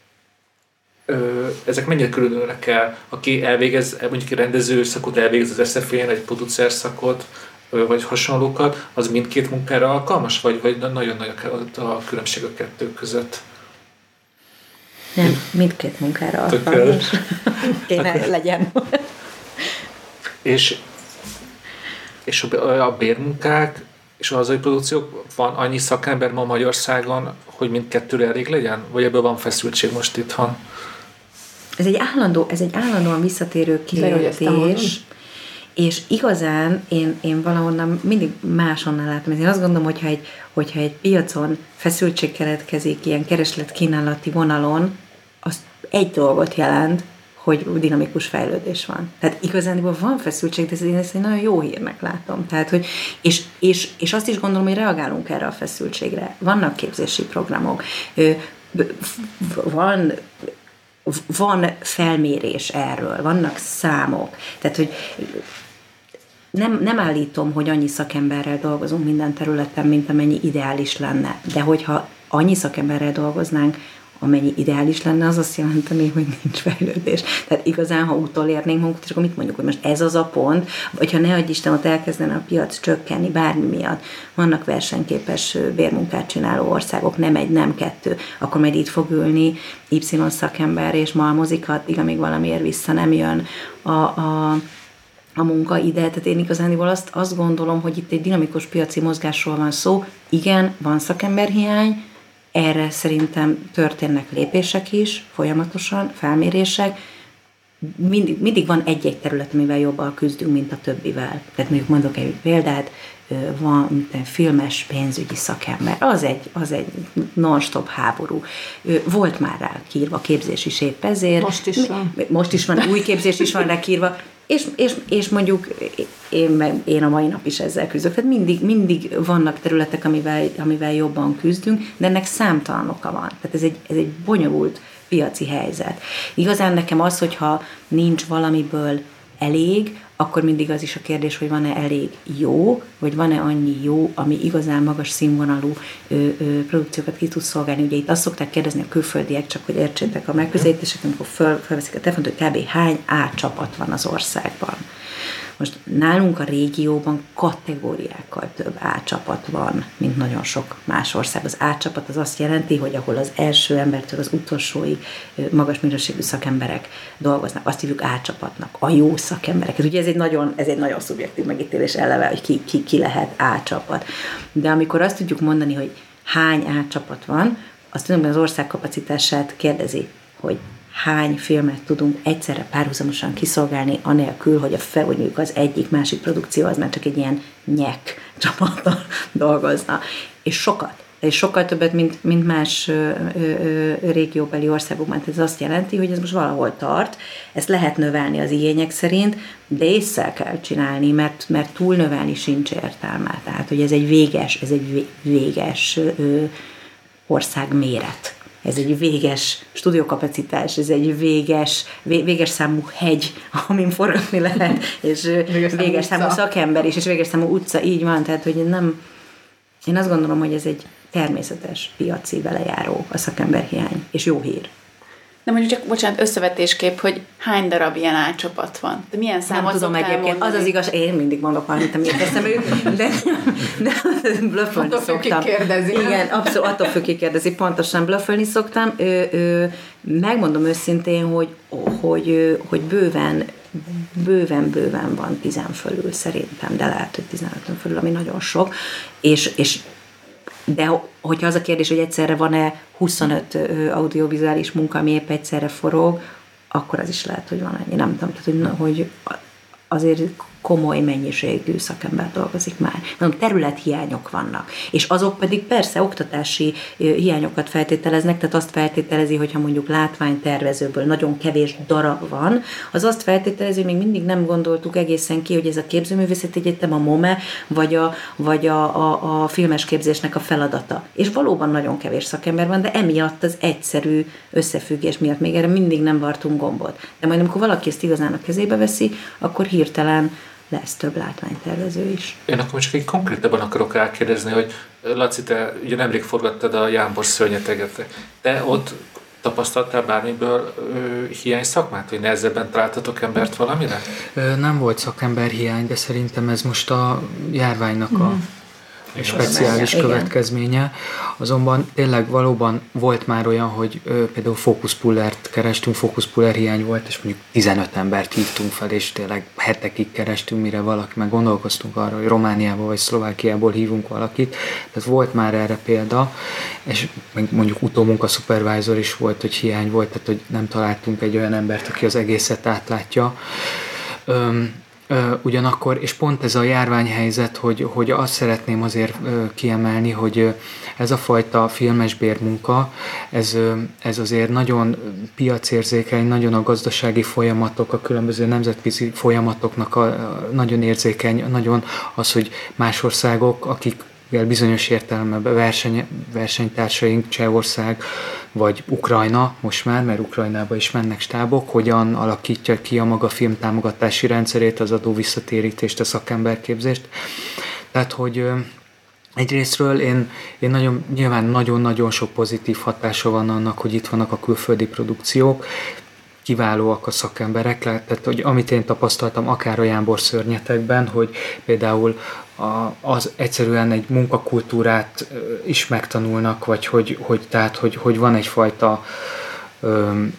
ezek mennyire különülnek el, aki elvégez, mondjuk egy rendező szakot elvégez az es ef en, egy producer szakot, vagy hasonlókat, az mindkét munkára alkalmas, vagy, vagy nagyon nagy a különbség a kettő között? Nem, mindkét munkára alkalmas. Kéne legyen. és, és a bérmunkák és a hazai produkciók, van annyi szakember ma Magyarországon, hogy mindkettőre elég legyen? Vagy ebből van feszültség most itthon? Ez egy állandó, ez egy állandóan visszatérő kérdés, és igazán én, én valahonnan mindig máshonnan látom. Én azt gondolom, hogyha egy, hogyha egy piacon feszültség keletkezik, ilyen kereslet-kínálati vonalon, az egy dolgot jelent, hogy dinamikus fejlődés van. Tehát igazán van feszültség, de én ezt egy nagyon jó hírnek látom. Tehát, hogy, és, és, és azt is gondolom, hogy reagálunk erre a feszültségre. Vannak képzési programok, van van felmérés erről, vannak számok. Tehát, hogy nem, nem állítom, hogy annyi szakemberrel dolgozunk minden területen, mint amennyi ideális lenne. De hogyha annyi szakemberrel dolgoznánk, amennyi ideális lenne, az azt jelenteni, hogy nincs fejlődés. Tehát igazán, ha utolérnénk magunkat, és akkor mit mondjuk, hogy most ez az a pont, vagy ha ne adj Isten, ott elkezdene a piac csökkenni bármi miatt, vannak versenyképes bérmunkát csináló országok, nem egy, nem kettő, akkor majd itt fog ülni Y szakember, és malmozik addig, amíg valamiért vissza nem jön a, a, a munka ide. Tehát én igazániból azt, azt gondolom, hogy itt egy dinamikus piaci mozgásról van szó. Igen, van szakemberhiány, erre szerintem történnek lépések is, folyamatosan, felmérések. Mindig, mindig van egy-egy terület, amivel jobban küzdünk, mint a többivel. Tehát mondjuk mondok egy példát, van filmes pénzügyi szakember, az egy, az egy non-stop háború. Volt már rá kírva képzés is épp ezért. Most is van. Most is van, új képzés is van rá kírva. És, és, és mondjuk én, én a mai nap is ezzel küzdök. Tehát mindig, mindig vannak területek, amivel, amivel jobban küzdünk, de ennek számtalan oka van. Tehát ez egy, ez egy bonyolult piaci helyzet. Igazán nekem az, hogyha nincs valamiből elég, akkor mindig az is a kérdés, hogy van-e elég jó, vagy van-e annyi jó, ami igazán magas színvonalú ö, ö, produkciókat ki tud szolgálni. Ugye itt azt szokták kérdezni a külföldiek, csak hogy értsétek a megközelítéseket, amikor föl, felveszik a telefont, hogy kb. Hány A csapat van az országban. Most nálunk a régióban kategóriákkal több A csapat van, mint nagyon sok más ország. Az A csapat az azt jelenti, hogy ahol az első embertől az utolsóig magas minőségű szakemberek dolgoznak, azt hívjuk A csapatnak, a jó szakemberek. Ez ugye ez egy nagyon, ez egy nagyon szubjektív megítélés eleve, hogy ki, ki, ki lehet A csapat. De amikor azt tudjuk mondani, hogy hány A csapat van, azt tulajdonképpen az ország kapacitását kérdezi, hogy hány filmet tudunk egyszerre párhuzamosan kiszolgálni, anélkül, hogy a fel, hogy mondjuk az egyik másik produkció az már csak egy ilyen nyek csapattal dolgozna. És sokat. És sokkal többet, mint, mint más ö, ö, régióbeli országokban. Ez azt jelenti, hogy ez most valahol tart, ezt lehet növelni az igények szerint, de ésszel kell csinálni, mert, mert túlnövelni sincs értelme. Tehát, hogy ez egy véges, ez egy véges ö, országméret. Ez egy véges stúdiókapacitás, ez egy véges, véges számú hegy, amin forgatni lehet, és véges, véges számú, számú szakember is, és véges számú utca, így van, tehát hogy nem, én azt gondolom, hogy ez egy természetes piaci velejáró a szakemberhiány, és jó hír. De mondjuk csak, bocsánat, összevetéskép, hogy hány darab ilyen álcsapat van? De milyen számot nem tudom egyébként, az az igaz, én mindig mondok valamit, amit eszembe jut, de, de blöffölni szoktam. Kérdezi, igen, abszolút, attól függ, ki kérdezi, pontosan blöffölni szoktam. Ö, ö, megmondom őszintén, hogy, hogy, hogy bőven, bőven, bőven van tizen fölül szerintem, de lehet, hogy tizenötön fölül, ami nagyon sok, és, és de hogyha az a kérdés, hogy egyszerre van-e huszonöt audiovizuális munka, ami épp egyszerre forog, akkor az is lehet, hogy van ennyi. Nem tudom, tehát, hogy, hogy azért komoly mennyiségű szakember dolgozik már. Mondom, területhiányok vannak. És azok pedig persze oktatási hiányokat feltételeznek, tehát azt feltételezi, hogyha mondjuk látványtervezőből nagyon kevés darab van, az azt feltételezi, hogy még mindig nem gondoltuk egészen ki, hogy ez a képzőművészeti egyetem, a MOME, vagy a, vagy a, a, a filmes képzésnek a feladata. És valóban nagyon kevés szakember van, de emiatt az egyszerű összefüggés miatt még erre mindig nem vartunk gombot. De majd amikor valaki ezt igazán a kezébe veszi, akkor hirtelen lesz több látványtervező is. Én akkor csak egy konkrétabban akarok rákérdezni, hogy Laci, te ugye nemrég forgattad a Jámbor szörnyeteget. Te ott tapasztaltál bármiből ö, hiány szakmát, hogy nehezebben találtatok embert valamire? Ö, nem volt szakember hiány, de szerintem ez most a járványnak a mm. speciális igen. következménye. Azonban tényleg valóban volt már olyan, hogy ö, például fókuszpullert kerestünk, fókuszpuller hiány volt, és mondjuk tizenöt embert hívtunk fel, és tényleg hetekig kerestünk, mire valaki, meg gondolkoztunk arra, hogy Romániából vagy Szlovákiából hívunk valakit. Tehát volt már erre példa, és mondjuk utómunka supervisor is volt, hogy hiány volt, tehát hogy nem találtunk egy olyan embert, aki az egészet átlátja. Öm, Ugyanakkor, és pont ez a járványhelyzet, hogy, hogy azt szeretném azért kiemelni, hogy ez a fajta filmes bérmunka, ez, ez azért nagyon piacérzékeny, nagyon a gazdasági folyamatok, a különböző nemzetközi folyamatoknak a, a nagyon érzékeny, nagyon az, hogy más országok, akik bizonyos értelemben verseny, versenytársaink, Csehország vagy Ukrajna, most már, mert Ukrajnába is mennek stábok, hogyan alakítja ki a maga filmtámogatási rendszerét, az adó visszatérítést, a szakemberképzést. Tehát, hogy egyrésztről én, én nagyon, nyilván nagyon-nagyon sok pozitív hatása van annak, hogy itt vannak a külföldi produkciók, kiválóak a szakemberek, tehát hogy amit én tapasztaltam akár a Jámbor szörnyetekben, hogy például a, az egyszerűen egy munkakultúrát is megtanulnak, vagy hogy, hogy, tehát, hogy, hogy van egyfajta öm,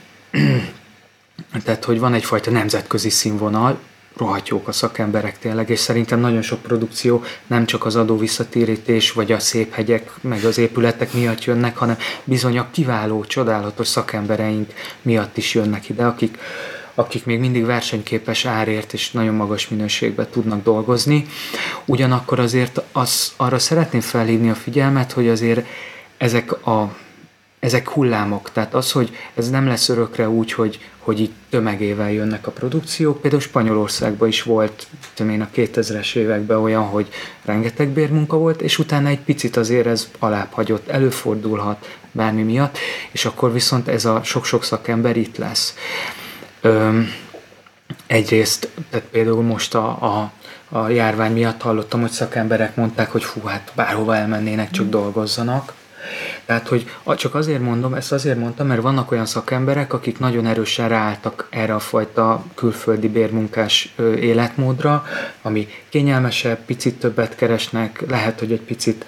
tehát, hogy van egyfajta nemzetközi színvonal, rohadt jók a szakemberek tényleg, és szerintem nagyon sok produkció nem csak az adó visszatérítés, vagy a szép hegyek, meg az épületek miatt jönnek, hanem bizony a kiváló, csodálatos szakembereink miatt is jönnek ide, akik, akik még mindig versenyképes árért és nagyon magas minőségben tudnak dolgozni. Ugyanakkor azért az, arra szeretném felhívni a figyelmet, hogy azért ezek a ezek hullámok, tehát az, hogy ez nem lesz örökre úgy, hogy, hogy így tömegével jönnek a produkciók. Például Spanyolországban is volt, tudom én, a kétezres években olyan, hogy rengeteg bérmunka volt, és utána egy picit azért ez alább hagyott, előfordulhat bármi miatt, és akkor viszont ez a sok-sok szakember itt lesz. Öm, egyrészt, tehát például most a, a, a járvány miatt hallottam, hogy szakemberek mondták, hogy fú, hát bárhova elmennének, csak dolgozzanak. Tehát, hogy csak azért mondom, ezt azért mondtam, mert vannak olyan szakemberek, akik nagyon erősen ráálltak erre a fajta külföldi bérmunkás életmódra, ami kényelmesebb, picit többet keresnek, lehet, hogy egy picit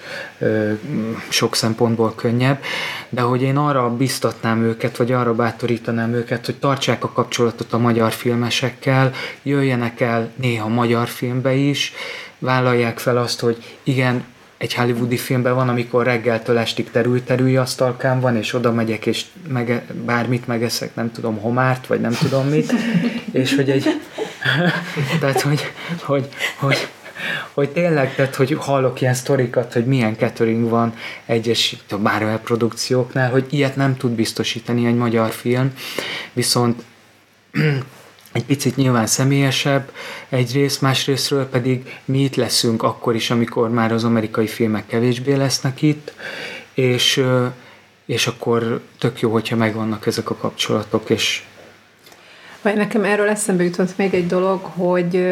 sok szempontból könnyebb, de hogy én arra biztatnám őket, vagy arra bátorítanám őket, hogy tartsák a kapcsolatot a magyar filmesekkel, jöjjenek el néha magyar filmbe is, vállalják fel azt, hogy igen, egy hollywoodi filmben van, amikor reggeltől estig terül-terülj asztalkám van, és oda megyek, és mege, bármit megeszek, nem tudom, homárt, vagy nem tudom mit, és hogy egy... tehát, hogy, hogy, hogy, hogy tényleg, tehát, hogy hallok ilyen sztorikat, hogy milyen catering van egyes Marvel produkcióknál, hogy ilyet nem tud biztosítani egy magyar film, viszont egy picit nyilván személyesebb egyrészt, másrésztről pedig mi itt leszünk akkor is, amikor már az amerikai filmek kevésbé lesznek itt, és, és akkor tök jó, hogyha megvannak ezek a kapcsolatok. És... Vagy nekem erről eszembe jutott még egy dolog, hogy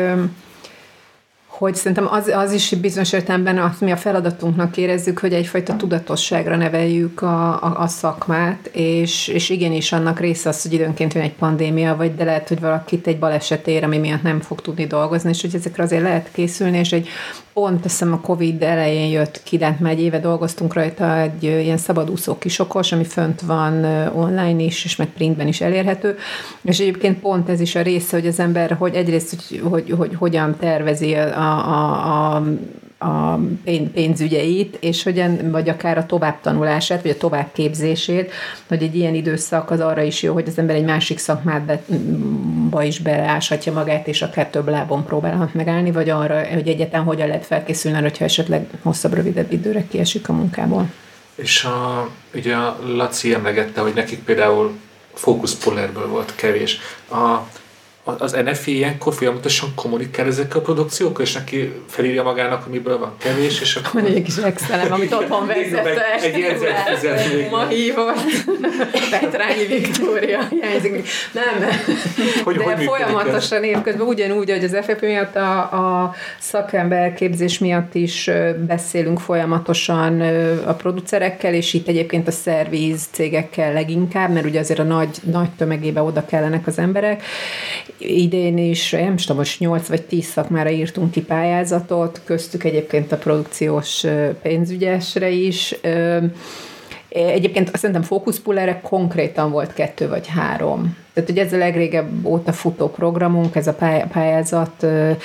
hogy szerintem az, az is bizonyos értelemben azt mi a feladatunknak érezzük, hogy egyfajta tudatosságra neveljük a, a, a szakmát, és, és igenis annak része az, hogy időnként jön egy pandémia, vagy de lehet, hogy valakit egy baleset ér, ami miatt nem fog tudni dolgozni, és hogy ezekre azért lehet készülni, és egy pont teszem a Covid elején jött ki, de már egy éve dolgoztunk rajta, egy ilyen szabadúszó kisokos, ami fönt van online is, és meg printben is elérhető, és egyébként pont ez is a része, hogy az ember, hogy egyrészt, hogy, hogy, hogy hogyan tervezi a A, a, a pénzügyeit, és hogyan, vagy akár a továbbtanulását, vagy a továbbképzését, hogy egy ilyen időszak az arra is jó, hogy az ember egy másik szakmátba is beleáshatja magát, és akár több lábon próbálhat megállni, vagy arra, hogy egyáltalán hogyan lehet felkészülni, hogyha esetleg hosszabb, rövidebb időre kiesik a munkából. És a, ugye a Laci emlegette, hogy nekik például fókuszpullerből volt kevés. A Az en ef i ilyenkor folyamatosan kommunikál ezekkel a produkciókkal, és neki felírja magának, amiből van kevés, és akkor... Van egy kis Excelem, amit otthon vezette. Egy jegyzet ma hívott. Petrányi Viktória hiányzik. Nem, hogy, de hogy folyamatosan évközben ugyanúgy, hogy az ef ef miatt a, a szakemberképzés miatt is beszélünk folyamatosan a producerekkel, és itt egyébként a szerviz cégekkel leginkább, mert ugye azért a nagy, nagy tömegébe oda kellenek az emberek. Idén is, nem tudom, most nyolc vagy tíz szakmára írtunk ki pályázatot, köztük egyébként a produkciós pénzügyesre is. Egyébként azt szerintem fókuszpullerre konkrétan volt kettő vagy három. Tehát, hogy ez a legrégebb óta futó programunk, ez a pályázat,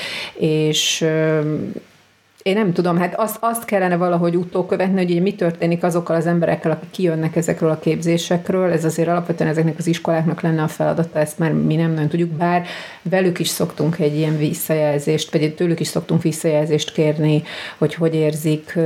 és én nem tudom, hát azt, azt kellene valahogy utókövetni, hogy ugye mi történik azokkal az emberekkel, akik kijönnek ezekről a képzésekről, ez azért alapvetően ezeknek az iskoláknak lenne a feladata, ezt már mi nem nagyon tudjuk, bár velük is szoktunk egy ilyen visszajelzést, vagy tőlük is szoktunk visszajelzést kérni, hogy hogy érzik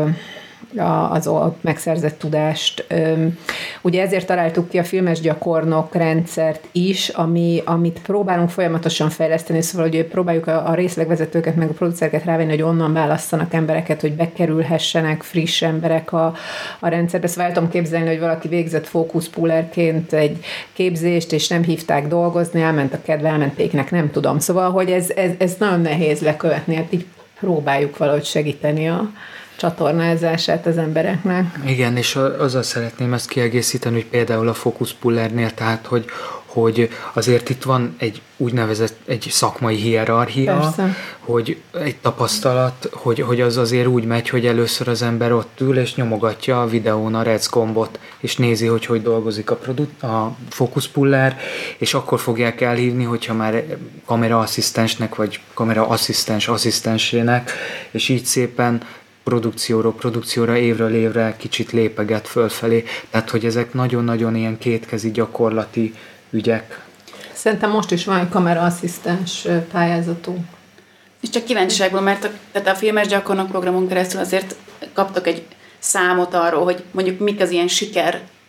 az ott megszerzett tudást. Ugye ezért találtuk ki a filmes gyakornok rendszert is, ami, amit próbálunk folyamatosan fejleszteni, szóval hogy próbáljuk a, a részlegvezetőket, meg a producereket rávenni, hogy onnan válasszanak embereket, hogy bekerülhessenek friss emberek a, a rendszerbe. Szóval el tudom képzelni, hogy valaki végzett fókuszpullerként egy képzést, és nem hívták dolgozni, elment a kedve, elmentéknek, nem tudom. Szóval, hogy ez, ez, ez nagyon nehéz lekövetni, hát így próbáljuk valahogy segíteni a csatornázását az embereknek. Igen, és azzal szeretném ezt kiegészíteni, hogy például a fókuszpullernél, tehát, hogy, hogy azért itt van egy úgynevezett egy szakmai hierarchia, persze, hogy egy tapasztalat, hogy, hogy az azért úgy megy, hogy először az ember ott ül, és nyomogatja a videón a rec gombot, és nézi, hogy hogy dolgozik a, produ- a fókuszpuller, és akkor fogják elhívni, hogyha már kameraasszisztensnek, vagy kameraasszisztens asszisztensének, és így szépen produkcióról produkcióra, évről évre kicsit lépeget fölfelé. Tehát, hogy ezek nagyon-nagyon ilyen kétkezi gyakorlati ügyek. Szerintem most is van egy kameraasszisztens pályázatunk. És csak kíváncsiságból, mert a, tehát a filmes gyakornok programon keresztül azért kaptok egy számot arról, hogy mondjuk mik az ilyen siker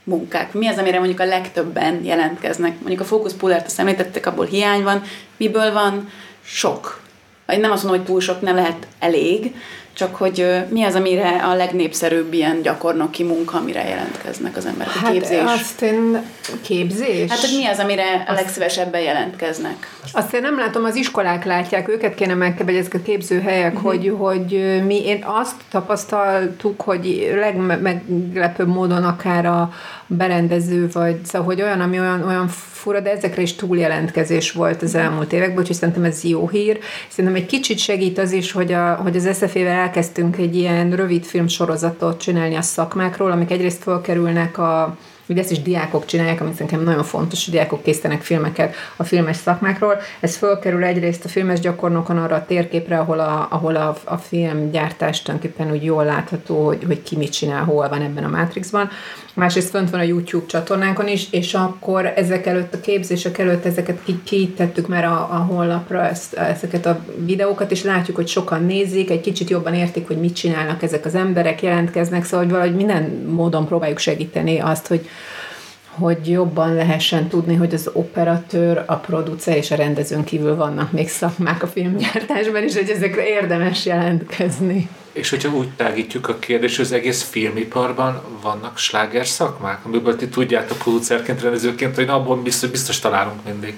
munkák? Mi az, amire mondjuk a legtöbben jelentkeznek? Mondjuk a fókuszpullert, azt említettek, abból hiány van. Miből van sok? Vagy nem azt mondom, hogy túl sok, nem lehet elég, csak hogy mi az, amire a legnépszerűbb ilyen gyakornoki munka, amire jelentkeznek az emberek? Hát képzés? azt én képzés? Hát, hogy mi az, amire a legszívesebben jelentkeznek? Azt én nem látom, az iskolák látják, őket kéne megkebelni, ezek a képzőhelyek, uh-huh. hogy, hogy mi, én azt tapasztaltuk, hogy legmeglepőbb módon akár a berendező, vagy szóval, hogy olyan, ami olyan, olyan fura, de ezekre is túljelentkezés volt az elmúlt években, úgyhogy szerintem ez jó hír. Szerintem egy kicsit segít az is, hogy, a, hogy az es ef é-vel elkezdtünk egy ilyen rövid filmsorozatot csinálni a szakmákról, amik egyrészt felkerülnek a ugye ezt is diákok csinálják, amit szerintem nagyon fontos, hogy diákok készítenek filmeket a filmes szakmákról. Ez fölkerül egyrészt a filmes gyakornokon arra a térképre, ahol a, ahol a, a filmgyártás tulajdonképpen úgy jól látható, hogy, hogy ki mit csinál, hol van ebben a Matrixban. Másrészt fönt van a YouTube csatornánkon is, és akkor ezek előtt, a képzések előtt ezeket kiítettük már a, a honlapra, ezt, ezeket a videókat, és látjuk, hogy sokan nézik, egy kicsit jobban értik, hogy mit csinálnak ezek az emberek, jelentkeznek, szóval hogy valahogy minden módon próbáljuk segíteni azt, hogy hogy jobban lehessen tudni, hogy az operatőr, a producer és a rendezőn kívül vannak még szakmák a filmgyártásban, és hogy ezekre érdemes jelentkezni. És hogyha úgy tágítjuk a kérdést, az egész filmiparban vannak sláger szakmák, amiből ti tudjátok producerként, rendezőként, hogy na, abból biztos, biztos találunk mindig.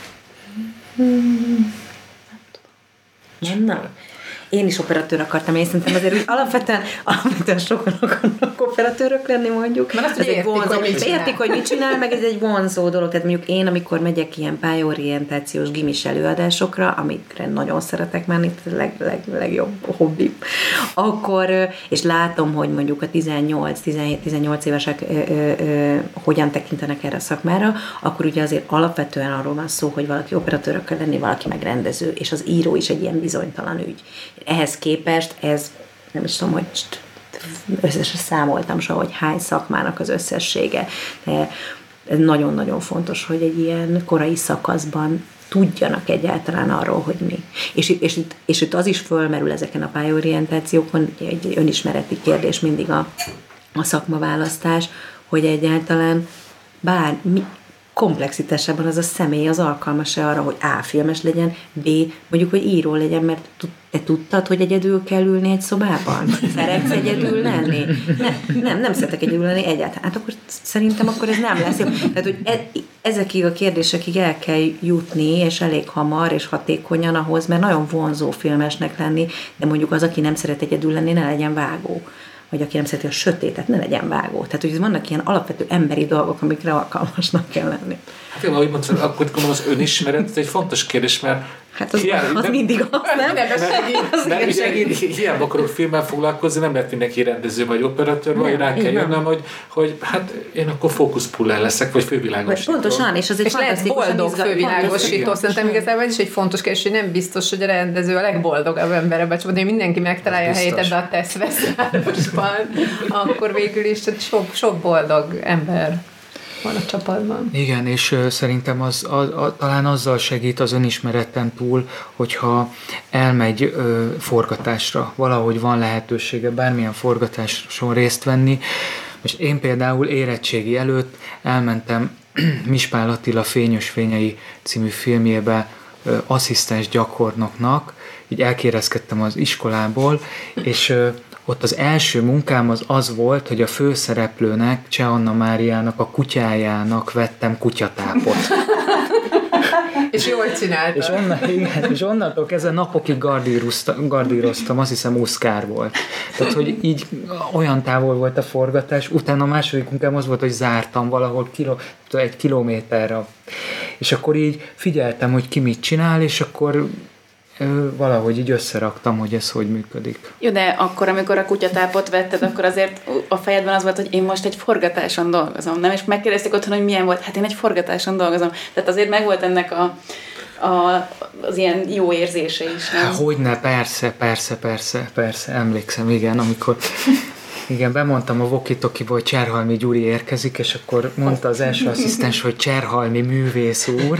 Hmm. Nem, nem. Én is operatőr akartam, én szerintem azért úgy alapvetően, alapvetően sokan akarnak operatőrök lenni, mondjuk. Mert azt, hogy értik, vonzó, hogy mit csinál. értik, hogy mit csinál, meg ez egy vonzó dolog. Tehát mondjuk én, amikor megyek ilyen pályaorientációs gimis előadásokra, amikre nagyon szeretek menni, ez a leg, leg, legjobb hobbi, akkor, és látom, hogy mondjuk a tizennyolc tizenhét tizennyolc évesek ö, ö, ö, hogyan tekintenek erre a szakmára, akkor ugye azért alapvetően arról van szó, hogy valaki operatőr kell lenni, valaki meg rendező, és az író is egy ilyen bizonytalan ügy. Ehhez képest ez, nem is tudom, hogy összesen számoltam soha, hogy hány szakmának az összessége. De ez nagyon-nagyon fontos, hogy egy ilyen korai szakaszban tudjanak egyáltalán arról, hogy mi. És, és, és itt az is fölmerül ezeken a pályaorientációkon, egy önismereti kérdés mindig a, a szakmaválasztás, hogy egyáltalán bár mi, komplexitásában az a személy az alkalmas-e arra, hogy A. filmes legyen, B. mondjuk, hogy író legyen, mert te tudtad, hogy egyedül kell ülni egy szobában? Szeretsz egyedül lenni? Nem, nem, nem szeretek egyedül lenni egyáltalán. Hát akkor szerintem akkor ez nem lesz jó. Tehát, hogy e, ezekig a kérdésekig el kell jutni, és elég hamar, és hatékonyan ahhoz, mert nagyon vonzó filmesnek lenni, de mondjuk az, aki nem szeret egyedül lenni, ne legyen vágó. Vagy aki nem szereti a sötétet, ne legyen vágó. Tehát, hogy vannak ilyen alapvető emberi dolgok, amikre alkalmasnak kell lenni. Hát én, ahogy mondtad, akkor gondolom az önismeret, ez egy fontos kérdés, mert hát az, hiába, az nem, mindig az, nem? Nem, ez segít. Az mert ugye, segít. hiába akarok filmmel foglalkozni, nem lehet mindenki rendező vagy operatőr, vagy rá kell jönnöm, hogy, hogy hát én akkor fókuszpuller leszek, vagy fővilágosító. Pontosan, és az egy és lehet boldog fővilágosító. Szerintem igazából ez is egy fontos kérdés, hogy nem biztos, hogy a rendező a legboldogabb ember ebben, csak hogy mindenki megtalálja a helyét ebbe a tesztveszárosban, akkor végül is sok, sok boldog ember van a csapatban. Igen, és uh, szerintem az, a, a, talán azzal segít az önismereten túl, hogyha elmegy uh, forgatásra, valahogy van lehetősége bármilyen forgatáson részt venni. Most én például érettségi előtt elmentem Mispál Attila Fényes Fényei című filmjébe uh, asszisztens gyakornoknak, így elkérezkedtem az iskolából, és uh, ott az első munkám az az volt, hogy a főszereplőnek, Cseh Anna Máriának, a kutyájának vettem kutyatápot. És jól csinálta. És, onnan, igen, és onnantól kezdve napokig gardíroztam, azt hiszem Oszkár volt. Tehát, hogy így olyan távol volt a forgatás, utána a második munkám az volt, hogy zártam valahol kiló, egy kilométerre. És akkor így figyeltem, hogy ki mit csinál, és akkor valahogy így összeraktam, hogy ez hogy működik. Jó, de akkor, amikor a kutyatápot vetted, akkor azért a fejedben az volt, hogy én most egy forgatáson dolgozom, nem? És megkérdezték otthon, hogy milyen volt. Hát én egy forgatáson dolgozom. Tehát azért megvolt ennek a, a, az ilyen jó érzése is, nem? Hogyne, persze, persze, persze, persze, emlékszem, igen, amikor igen, bemondtam a walkie-talkie-ból, hogy Cserhalmi Gyuri érkezik, és akkor mondta az első asszisztens, hogy Cserhalmi művész úr.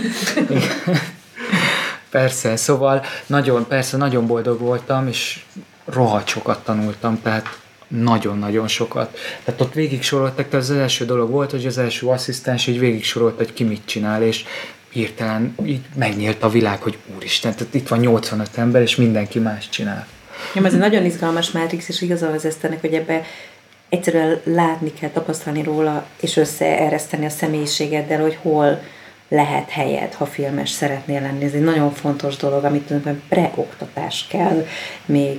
Persze, szóval nagyon, persze nagyon boldog voltam, és rohadt sokat tanultam, tehát nagyon-nagyon sokat. Tehát ott végig soroltak, tehát az első dolog volt, hogy az első asszisztens így végig sorolt, hogy ki mit csinál, és hirtelen így megnyílt a világ, hogy úristen, tehát itt van nyolcvanöt ember, és mindenki más csinál. Ja, ez egy nagyon izgalmas Matrix, és igaza az Eszternek, hogy ebbe egyszerűen látni kell, tapasztalni róla, és összeereszteni a személyiségeddel, hogy hol lehet helyed, ha filmes szeretnél lenni. Ez egy nagyon fontos dolog, amit tulajdonképpen preoktatás kell még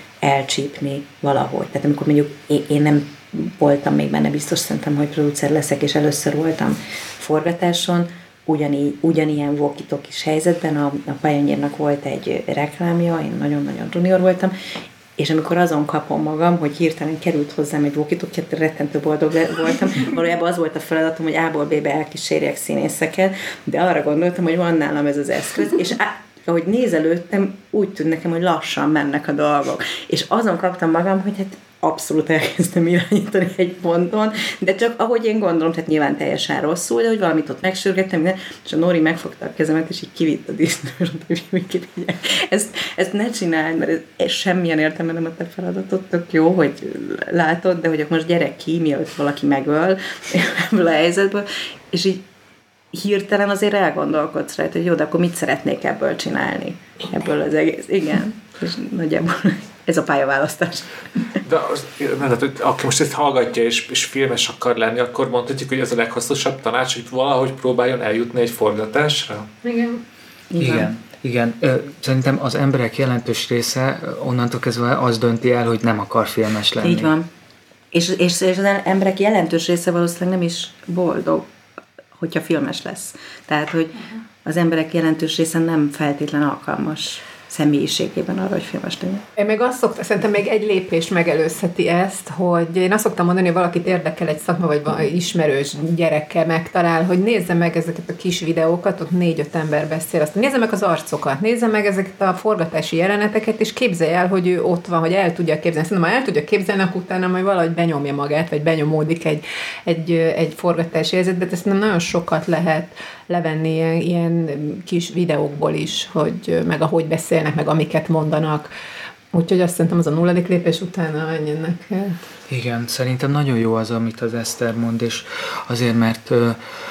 elcsípni valahogy. Tehát amikor mondjuk én nem voltam még benne, biztos szerintem, hogy producer leszek, és először voltam forgatáson, ugyanígy, ugyanilyen walkie-talkie helyzetben a, a Pioneernak volt egy reklámja, én nagyon-nagyon junior voltam, és amikor azon kapom magam, hogy hirtelen került hozzám egy walkie-talkie, rettentő boldog voltam, valójában az volt a feladatom, hogy A-ból B-be elkísérjek színészeket, de arra gondoltam, hogy van nálam ez az eszköz, és á, ahogy nézelődtem, úgy tűnt nekem, hogy lassan mennek a dolgok. És azon kaptam magam, hogy hát abszolút elkezdtem irányítani egy ponton, de csak ahogy én gondolom, tehát nyilván teljesen rosszul, de hogy valamit ott megsürgettem, és a Nóri megfogta a kezemet, és így kivitt a disznót, hogy ezt, ezt ne csináld, mert ez, ez semmilyen értelme nem a te feladatot, tök jó, hogy látod, de hogy akkor most gyere ki, mielőtt valaki megöl ebből a helyzetből, és így hirtelen azért elgondolkodsz rajta, hogy jó, de akkor mit szeretnék ebből csinálni? Ebből az egész. Igen. És nagyjából ez a pályaválasztás. De az, tehát, hogy aki most ezt hallgatja és, és filmes akar lenni, akkor mondhatjuk, hogy ez a leghasznosabb tanács, hogy valahogy próbáljon eljutni egy forgatásra? Igen. Igen. Igen. Szerintem az emberek jelentős része onnantól kezdve az dönti el, hogy nem akar filmes lenni. Így van. És, és, és az emberek jelentős része valószínűleg nem is boldog, hogyha filmes lesz. Tehát, hogy az emberek jelentős része nem feltétlen alkalmas személyiségében arra, hogy filmes legyen. Én meg azt szoktam, szerintem még egy lépés megelőzheti ezt, hogy én azt szoktam mondani, hogy valakit érdekel egy szakma, vagy valami ismerős gyerekkel megtalál, hogy nézze meg ezeket a kis videókat, ott négy-öt ember beszél, azt nézze meg az arcokat, nézze meg ezeket a forgatási jeleneteket, és képzelj el, hogy ő ott van, hogy el tudja képzelni. Szerintem, ha el tudja képzelni, akkor utána majd valahogy benyomja magát, vagy benyomódik egy, egy, egy forgatási helyzetbe, de szerintem nagyon sokat lehet levenni ilyen, ilyen kis videókból is, hogy meg ahogy beszélnek, meg amiket mondanak. Úgyhogy azt szerintem az a nulladik lépés utána menjenek el. Igen, szerintem nagyon jó az, amit az Eszter mond, és azért, mert ö,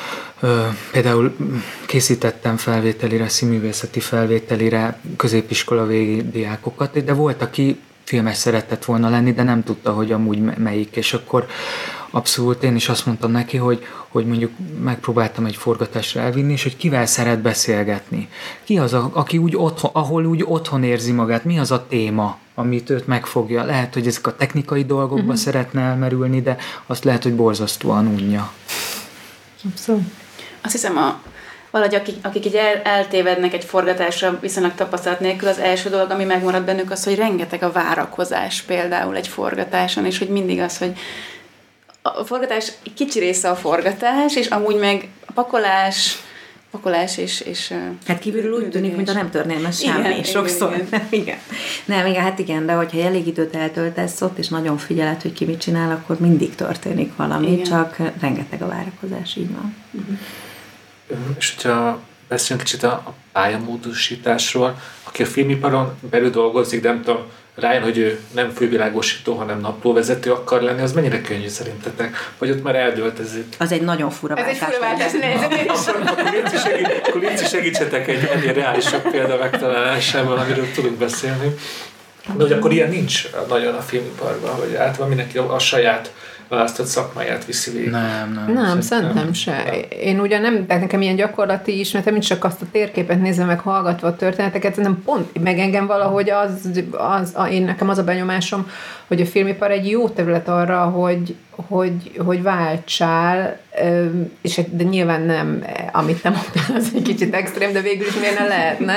ö, például készítettem felvételire, színművészeti felvételire középiskola végi diákokat, de volt, aki filmes szeretett volna lenni, de nem tudta, hogy amúgy melyik, és akkor abszolút én is azt mondtam neki, hogy, hogy mondjuk megpróbáltam egy forgatásra elvinni, és hogy kivel szeret beszélgetni. Ki az, a, aki úgy otthon, ahol úgy otthon érzi magát, mi az a téma, amit őt megfogja. Lehet, hogy ezek a technikai dolgokba uh-huh. szeretne elmerülni, de azt lehet, hogy borzasztóan unja. Abszolút. Azt hiszem, a, valahogy akik, akik így el, eltévednek egy forgatásra viszonylag tapasztalat nélkül, az első dolog, ami megmarad bennük, az, hogy rengeteg a várakozás például egy forgatáson, és hogy mindig az, hogy a forgatás, kicsi része a forgatás, és amúgy meg a pakolás, pakolás és... és hát kívülről úgy tűnik, mintha nem történne semmi, igen, sokszor. Igen, nem, igen. Nem, igen, hát igen, de hogyha elég időt eltöltesz ott, és nagyon figyeled, hogy ki mit csinál, akkor mindig történik valami, igen. Csak rengeteg a várakozás, így van. Uh-huh. És hogyha beszélünk kicsit a pályamódosításról, aki a filmiparon belül dolgozik, de nem tudom, rájön, hogy ő nem fővilágosító, hanem naplóvezető akar lenni, az mennyire könnyű szerintetek? Vagy ott már eldőlt ez itt? Az egy nagyon fura váltás. Ez egy fura váltás. Akkor Linci segítsetek egy ennél reálisabb példa megtalálásával, amiről tudunk beszélni. De hogy akkor ilyen nincs nagyon a filmiparban, hogy általában mindenki a saját választott szakmáját viszi végig. Nem, nem. Nem, szerintem se. Én ugyan nem, tehát nekem ilyen gyakorlati ismeretem, mint csak azt a térképet nézem meg, hallgatva a történeteket, nem pont, meg engem valahogy az, az a, én nekem az a benyomásom, hogy a filmipar egy jó terület arra, hogy, hogy, hogy váltsál, és de nyilván nem, amit nem mondtál, az egy kicsit extrém, de végül is miért ne lehetne.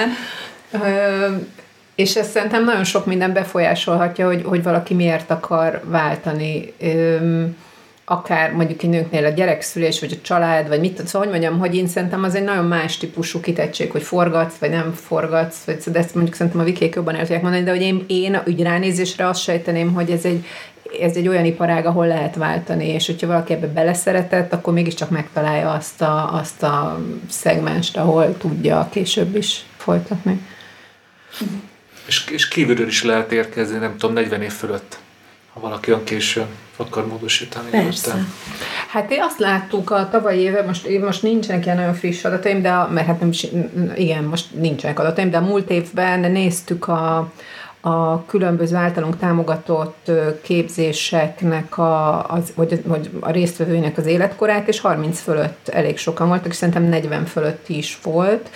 És ez szerintem nagyon sok minden befolyásolhatja, hogy, hogy valaki miért akar váltani, Öm, akár mondjuk egy nőknél a gyerekszülés, vagy a család, vagy mit, szóval hogy mondjam, hogy én szerintem az egy nagyon más típusú kitettség, hogy forgatsz, vagy nem forgatsz, vagy, de ezt mondjuk szerintem a vikék jobban el tudják mondani, de hogy én, én a ügyránézésre azt sejteném, hogy ez egy, ez egy olyan iparág, ahol lehet váltani, és hogyha valaki ebbe beleszeretett, akkor mégiscsak megtalálja azt a, azt a szegmenst, ahol tudja később is folytatni. És, és kívülről is lehet érkezni, nem tudom, negyven év fölött, ha valaki olyan későn akar módosítani. Persze. Előtte. Hát én azt láttuk a tavalyi évben, most, most nincsenek ilyen nagyon friss adataim, de a, mert hát nem is, igen, most nincsenek adataim, de a múlt évben néztük a, a különböző általunk támogatott képzéseknek, a, az, vagy, vagy a résztvevőinek az életkorát, és harminc fölött elég sokan voltak, és szerintem negyven fölött is volt.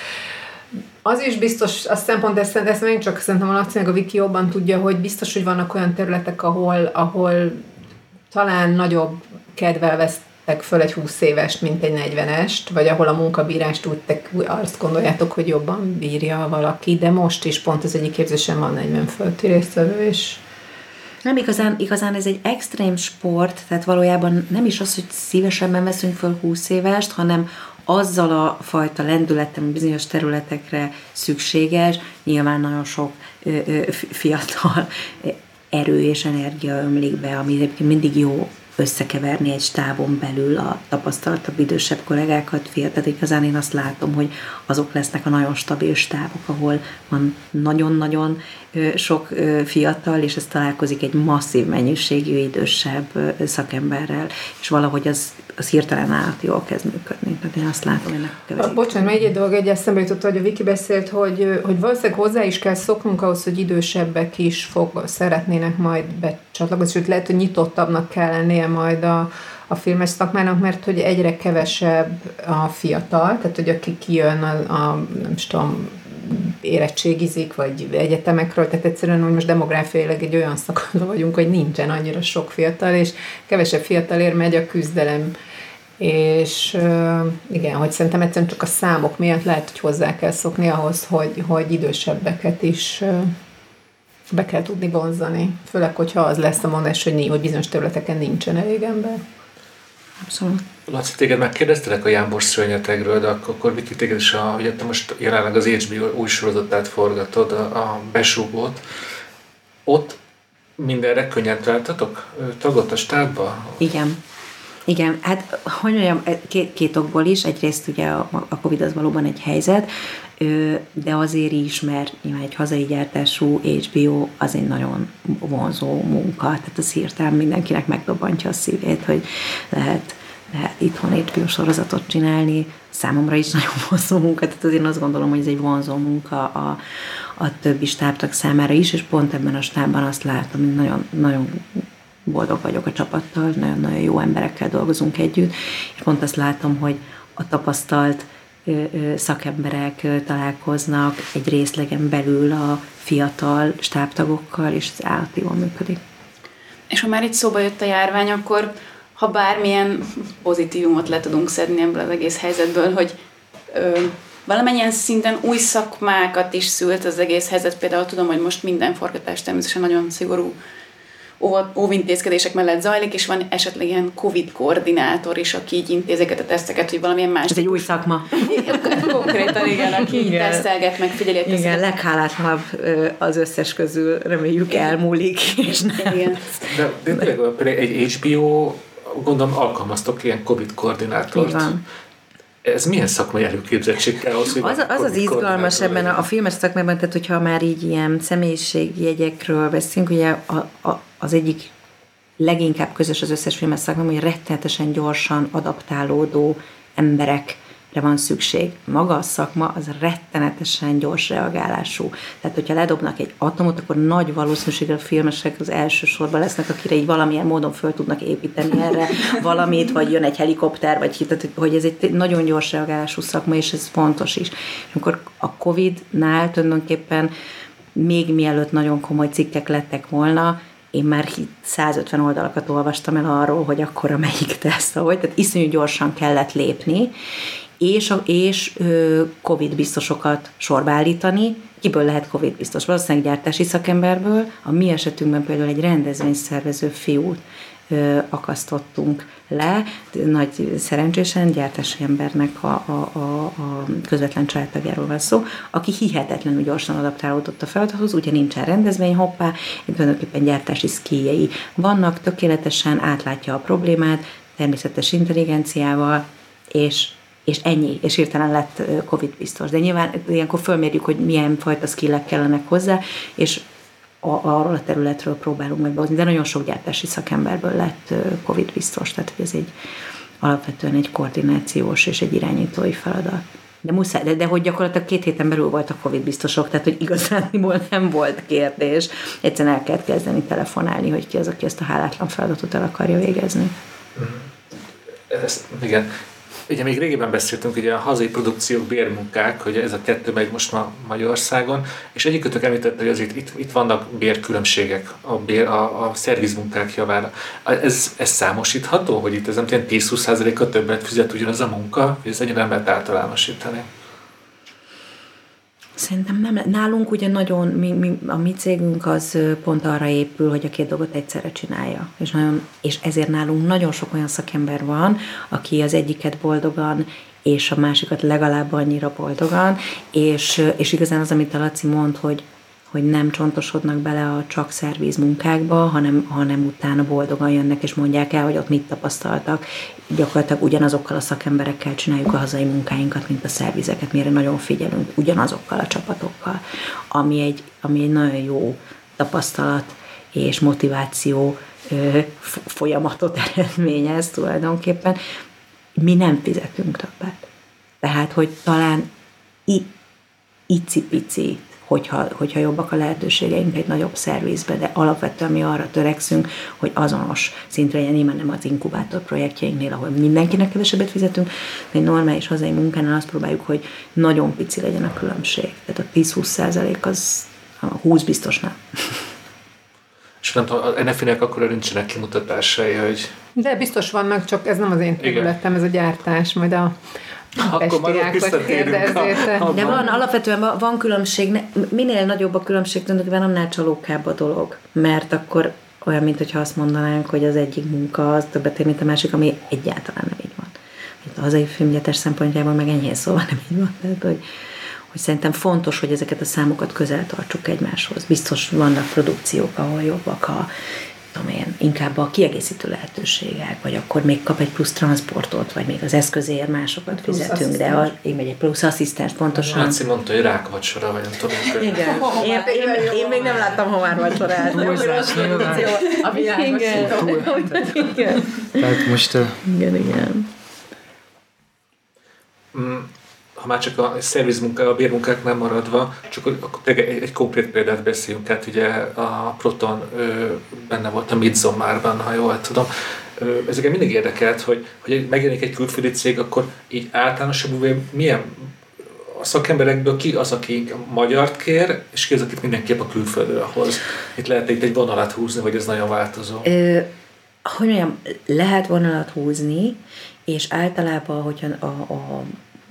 Az is biztos, azt szempont, ezt, ezt én csak szerintem a Laci meg a Viki jobban tudja, hogy biztos, hogy vannak olyan területek, ahol, ahol talán nagyobb kedvel vesztek föl egy húsz évest, mint egy negyvenest, vagy ahol a munkabírást úgy te, azt gondoljátok, hogy jobban bírja valaki, de most is pont az egyik képzésen van negyven fölötti résztvevő, és Nem igazán, igazán ez egy extrém sport, tehát valójában nem is az, hogy szívesebben veszünk föl húsz évest, hanem azzal a fajta lendületem bizonyos területekre szükséges, nyilván nagyon sok ö, ö, fiatal erő és energia ömlik be, ami egyébként mindig jó összekeverni egy stábon belül a tapasztaltabb idősebb kollégákat, fiatal. Igazán én azt látom, hogy azok lesznek a nagyon stabil stábok, ahol van nagyon-nagyon sok fiatal, és ez találkozik egy masszív mennyiségű idősebb szakemberrel, és valahogy az, az hirtelen át jól kezd működni. Tehát én azt látom, ennek kevezik. Bocsánat, még egy dolog, egy eszembe jutott, hogy a Viki beszélt, hogy, hogy valószínűleg hozzá is kell szoknunk ahhoz, hogy idősebbek is fog, szeretnének majd becsatlakozni, sőt lehet, hogy nyitottabbnak kell lennie majd a, a filmes szakmának, mert hogy egyre kevesebb a fiatal, tehát hogy aki kijön a, a nem tudom, érettségizik, vagy egyetemekről, tehát egyszerűen, hogy most demográfiailag egy olyan szakaszban vagyunk, hogy nincsen annyira sok fiatal, és kevesebb fiatalért megy a küzdelem. És igen, hogy szerintem egyszerűen csak a számok miatt lehet, hogy hozzá kell szokni ahhoz, hogy, hogy idősebbeket is be kell tudni vonzani. Főleg, hogyha az lesz a mondás, hogy, hogy bizonyos területeken nincsen elég ember. Abszolút. Laci, téged megkérdeztelek a Jámbor szörnyetegről, de akkor, akkor Viki, téged is, a, ugye te most jelenleg az há bé o új sorozatát forgatod, a, a Besúgót. Ott mindenre könnyen találtatok tagot a stábba? Igen. Igen, hát hogy mondjam, két, két okból is. Egyrészt ugye a, a Covid az valóban egy helyzet, de azért is, mert nyilván egy hazai gyártású há bé o az egy nagyon vonzó munka, tehát az hirtelen mindenkinek megdobbantja a szívét, hogy lehet, lehet itthon há bé o sorozatot csinálni. Számomra is nagyon vonzó munka, tehát azért azt gondolom, hogy ez egy vonzó munka a, a többi stábtag számára is, és pont ebben a stábban azt látom, hogy nagyon, nagyon boldog vagyok a csapattal, nagyon-nagyon jó emberekkel dolgozunk együtt, és pont azt látom, hogy a tapasztalt szakemberek találkoznak egy részlegen belül a fiatal stábtagokkal, és ez állati jól működik. És ha már itt szóba jött a járvány, akkor ha bármilyen pozitívumot le tudunk szedni ebből az egész helyzetből, hogy ö, valamennyien szinten új szakmákat is szült az egész helyzet. Például tudom, hogy most minden forgatás természetesen nagyon szigorú óvintézkedések mellett zajlik, és van esetleg ilyen Covid koordinátor is, aki így intézeket a teszteket, hogy valamilyen más... Ez egy új szakma. Konkrétan igen, aki igen. tesztelget, megfigyeli a teszteket. Igen, leghálátlanabb az összes közül, reméljük elmúlik, és nem. Igen. De, de tényleg egy há bé o, gondolom alkalmaztok ilyen Covid koordinátort. Így van. Ez milyen szakmai előképzettség kell ahhoz, hogy Az az, az izgalmas ebben a, a filmes szakmában, tehát hogyha már így ilyen személyiségjegyekről beszélünk, ugye a, a, az egyik leginkább közös az összes filmes szakmában, hogy rettenetesen gyorsan adaptálódó emberekre van szükség. Maga a szakma az rettenetesen gyors reagálású. Tehát, hogyha ledobnak egy atomot, akkor nagy valószínűséggel a filmesek az első sorban lesznek, akire így valamilyen módon föl tudnak építeni erre valamit, vagy jön egy helikopter, vagy tehát, hogy ez egy nagyon gyors reagálású szakma, és ez fontos is. És amikor a Covid-nál tulajdonképpen még mielőtt nagyon komoly cikkek lettek volna, én már százötven oldalakat olvastam el arról, hogy akkor a melyik teszt, ahogy, tehát iszonyú gyorsan kellett lépni, és, és ö, Covid biztosokat sorba állítani. Kiből lehet Covid biztos? Valószínűleg gyártási szakemberből. A mi esetünkben például egy rendezvényszervező fiút ö, akasztottunk le. Nagy szerencsésen gyártási embernek a, a, a, a közvetlen családtagjáról van szó, aki hihetetlenül gyorsan adaptálódott a feladathoz, ugye nincsen rendezvény, hoppá, tulajdonképpen gyártási szkíjei vannak, tökéletesen átlátja a problémát, természetes intelligenciával, és és ennyi, és hirtelen lett Covid biztos. De nyilván ilyenkor fölmérjük, hogy milyen fajta skillek kellenek hozzá, és arról a területről próbálunk megbehozni, de nagyon sok gyártási szakemberből lett Covid biztos, tehát ez egy alapvetően egy koordinációs és egy irányítói feladat. De muszáj, de, de hogy gyakorlatilag két héten belül voltak Covid biztosok, tehát hogy igazániból nem volt kérdés. Egyszerűen el kellett kezdeni telefonálni, hogy ki az, aki ezt a hálátlan feladatot el akarja végezni. Ezt, igen. Ugye még régebben beszéltünk, ugye a hazai produkciók, bérmunkák, hogy ez a kettő megy most ma Magyarországon, és egyikőtök említette, hogy azért itt, itt vannak bérkülönbségek a, bér, a, a szervizmunkák javára. Ez, ez számosítható, hogy itt ez nem tényleg tíz-húsz százalékkal többet fizet ugyanaz a munka, hogy ez ennyire nem lehet általánosítani? Szerintem nem. Nálunk ugye nagyon, mi, mi, a mi cégünk az pont arra épül, hogy a két dolgot egyszerre csinálja. És, nagyon, és ezért nálunk nagyon sok olyan szakember van, aki az egyiket boldogan, és a másikat legalább annyira boldogan, és, és igazán az, amit a Laci mond, hogy hogy nem csontosodnak bele a csak szerviz munkákba, hanem, hanem utána boldogan jönnek, és mondják el, hogy ott mit tapasztaltak. Gyakorlatilag ugyanazokkal a szakemberekkel csináljuk a hazai munkáinkat, mint a szervizeket, mire nagyon figyelünk, ugyanazokkal a csapatokkal, ami egy, ami egy nagyon jó tapasztalat és motiváció ö, folyamatot eredményez tulajdonképpen. Mi nem fizetünk többet. Tehát, hogy talán i, icipici, Hogyha, hogyha jobbak a lehetőségeink egy nagyobb szervizbe, de alapvetően mi arra törekszünk, hogy azonos szintre legyen, nyilván nem az inkubátor projektjeinknél, ahol mindenkinek kevesebbet fizetünk, de egy normális hazai munkánál azt próbáljuk, hogy nagyon pici legyen a különbség. Tehát a tíz-húsz százalék az a húsz biztos nem. És nem tudom, a en ef i-nek akkor nincsenek kimutatásai, hogy... De biztos vannak, csak ez nem az én területem, ez a gyártás, majd a akkor majd visszatérünk. De van, alapvetően van különbség, minél nagyobb a különbség, tulajdonképpen annál csalókább a dolog, mert akkor olyan, mintha azt mondanánk, hogy az egyik munka az többet ér, mint a másik, ami egyáltalán nem így van. A hazai filmgyártás szempontjából meg enyhén szóval nem így van. Tehát, hogy, hogy szerintem fontos, hogy ezeket a számokat közel tartsuk egymáshoz. Biztos vannak produkciók, ahol jobbak a tudom én, inkább a kiegészítő lehetőségek, vagy akkor még kap egy plusz transportot, vagy még az eszközért másokat plusz fizetünk, de a, én megy egy plusz asszisztens, pontosan. Laci mondta, hogy rákvacsora, vagy nem tudom. Igen, én, én, én még nem láttam homár vacsorát. Túlzás nyilván. A világos. Igen. Tehát most... Uh... Igen, igen. Mm. Ha már csak a szervizmunka, a bérmunkáknál maradva, csak akkor egy, egy konkrét példát beszéljünk. Tehát ugye a Proton ö, benne volt a Midsommarban, ha jól tudom. Ö, ezeket mindig érdekelt, hogy, hogy megjelenik egy külföldi cég, akkor így általánosabb, milyen a szakemberekből ki az, aki magyart kér, és ki az, akit mindenképp a külföldről hoz. Itt lehet itt egy vonalat húzni, vagy ez nagyon változó? Ö, hogy mondjam, lehet vonalat húzni, és általában, hogyha a, a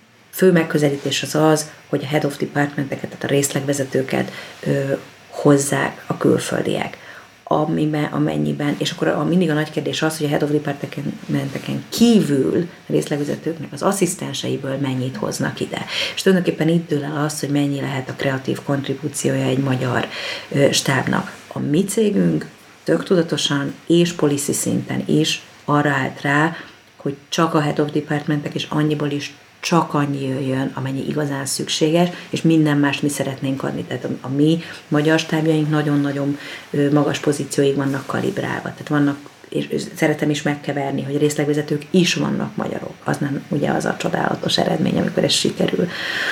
fő megközelítés az az, hogy a head of departmenteket, tehát a részlegvezetőket ö, hozzák a külföldiek. Amiben, amennyiben, és akkor a, mindig a nagy kérdés az, hogy a head of departmenteken kívül a részlegvezetőknek az asszisztenseiből mennyit hoznak ide. És tulajdonképpen itt dől el az, hogy mennyi lehet a kreatív kontribúciója egy magyar ö, stábnak. A mi cégünk tök tudatosan és policy szinten is arra állt rá, hogy csak a head of departmentek és annyiból is csak annyi jöjjön, amennyi igazán szükséges, és minden mást mi szeretnénk adni. Tehát a, a mi magyar stábjaink nagyon-nagyon magas pozícióig vannak kalibrálva. Tehát vannak, és szeretem is megkeverni, hogy részlegvezetők is vannak magyarok. Az nem ugye az a csodálatos eredmény, amikor ez sikerül.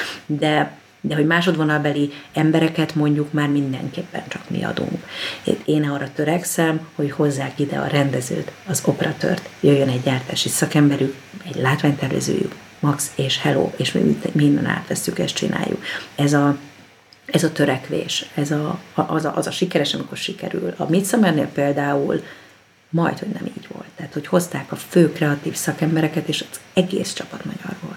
De de hogy másodvonalbeli embereket mondjuk már mindenképpen csak mi adunk. Én arra törekszem, hogy hozzák ide a rendezőt, az operatőrt, jöjjön egy gyártási szakemberük, egy látványtervezőjük, Max és Hello, és mi minden átveszünk, ezt csináljuk. Ez a, ez a törekvés, ez a, az, a, az a sikeres, amikor sikerül. A Midsommarnél például majd, hogy nem így volt. Tehát, hogy hozták a fő kreatív szakembereket, és az egész csapat magyar volt.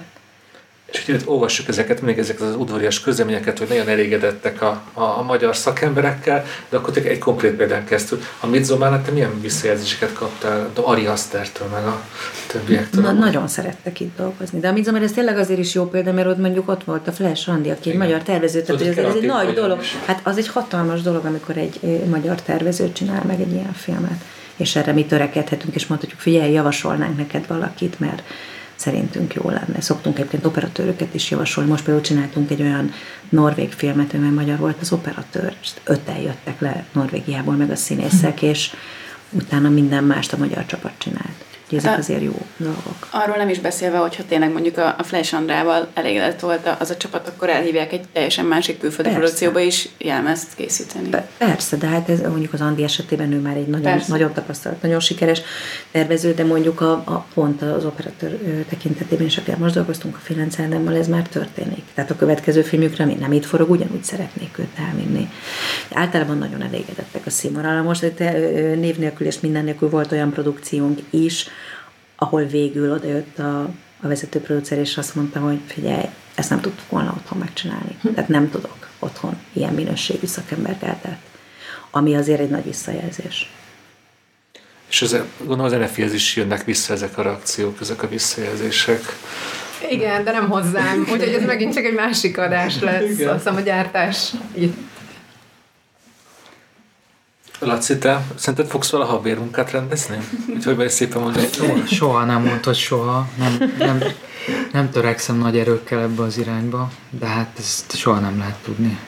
És hogy olvassuk ezeket, mindig ezeket az udvarias közleményeket, hogy nagyon elégedettek a, a, a magyar szakemberekkel, de akkor egy konkrét példán kezdtük. A Midsommarnak te milyen visszajelzéseket kaptál a Ari Astertől, meg a többiektől? Na, nagyon szerettek itt dolgozni. De a Midsommar ez tényleg azért is jó példa, mert ott mondjuk ott volt a Flash Andi, aki egy magyar tervező, tehát ez, ez egy nagy dolog. Is. Hát az egy hatalmas dolog, amikor egy magyar tervező csinál meg egy ilyen filmet. És erre mi törekedhetünk, és mondhatjuk, figyelj, javasolnánk neked valakit, mert szerintünk jó lenne. Szoktunk egyébként operatőröket is javasolni. Most például csináltunk egy olyan norvég filmet, amely magyar volt az operatőr, és ötten jöttek le Norvégiából meg a színészek, és utána minden mást a magyar csapat csinált. Ezek azért jó dolgok. Arról nem is beszélve, hogyha tényleg mondjuk a, a Flash Andrával elégedett volt az a csapat, akkor elhívják egy teljesen másik külföldi produkcióba is jelmezt készíteni. Persze, de hát ez mondjuk az Andi esetében ő már egy nagyon, nagyon tapasztalt, nagyon sikeres tervező, de mondjuk a, a pont az operatőr tekintetében is, akár most dolgoztunk a Ferenc Ádámmal, ez már történik. Tehát a következő filmjükre még nem itt forog, ugyanúgy szeretnék őt elvinni. De általában nagyon elégedettek a színvonalra. Most név nélkül és minden nélkül volt olyan produkciónk is, ahol végül odajött a, a vezető producer, és azt mondta, hogy figyelj, ezt nem tudtuk volna otthon megcsinálni. Tehát nem tudok otthon ilyen minőségű szakembert eltelt. Ami azért egy nagy visszajelzés. És ez, gondolom az en ef i-hez is jönnek vissza ezek a reakciók, ezek a visszajelzések. Igen, de nem hozzám. Úgyhogy ez megint csak egy másik adás lesz. Igen. Azt hiszem, a gyártás itt. Laci, te szerinted fogsz valaha bérmunkát rendezni? Úgyhogy vagy szépen mondani. Soha, soha nem mondtad, soha. Nem, nem, nem törekszem nagy erőkkel ebbe az irányba, de hát ezt soha nem lehet tudni.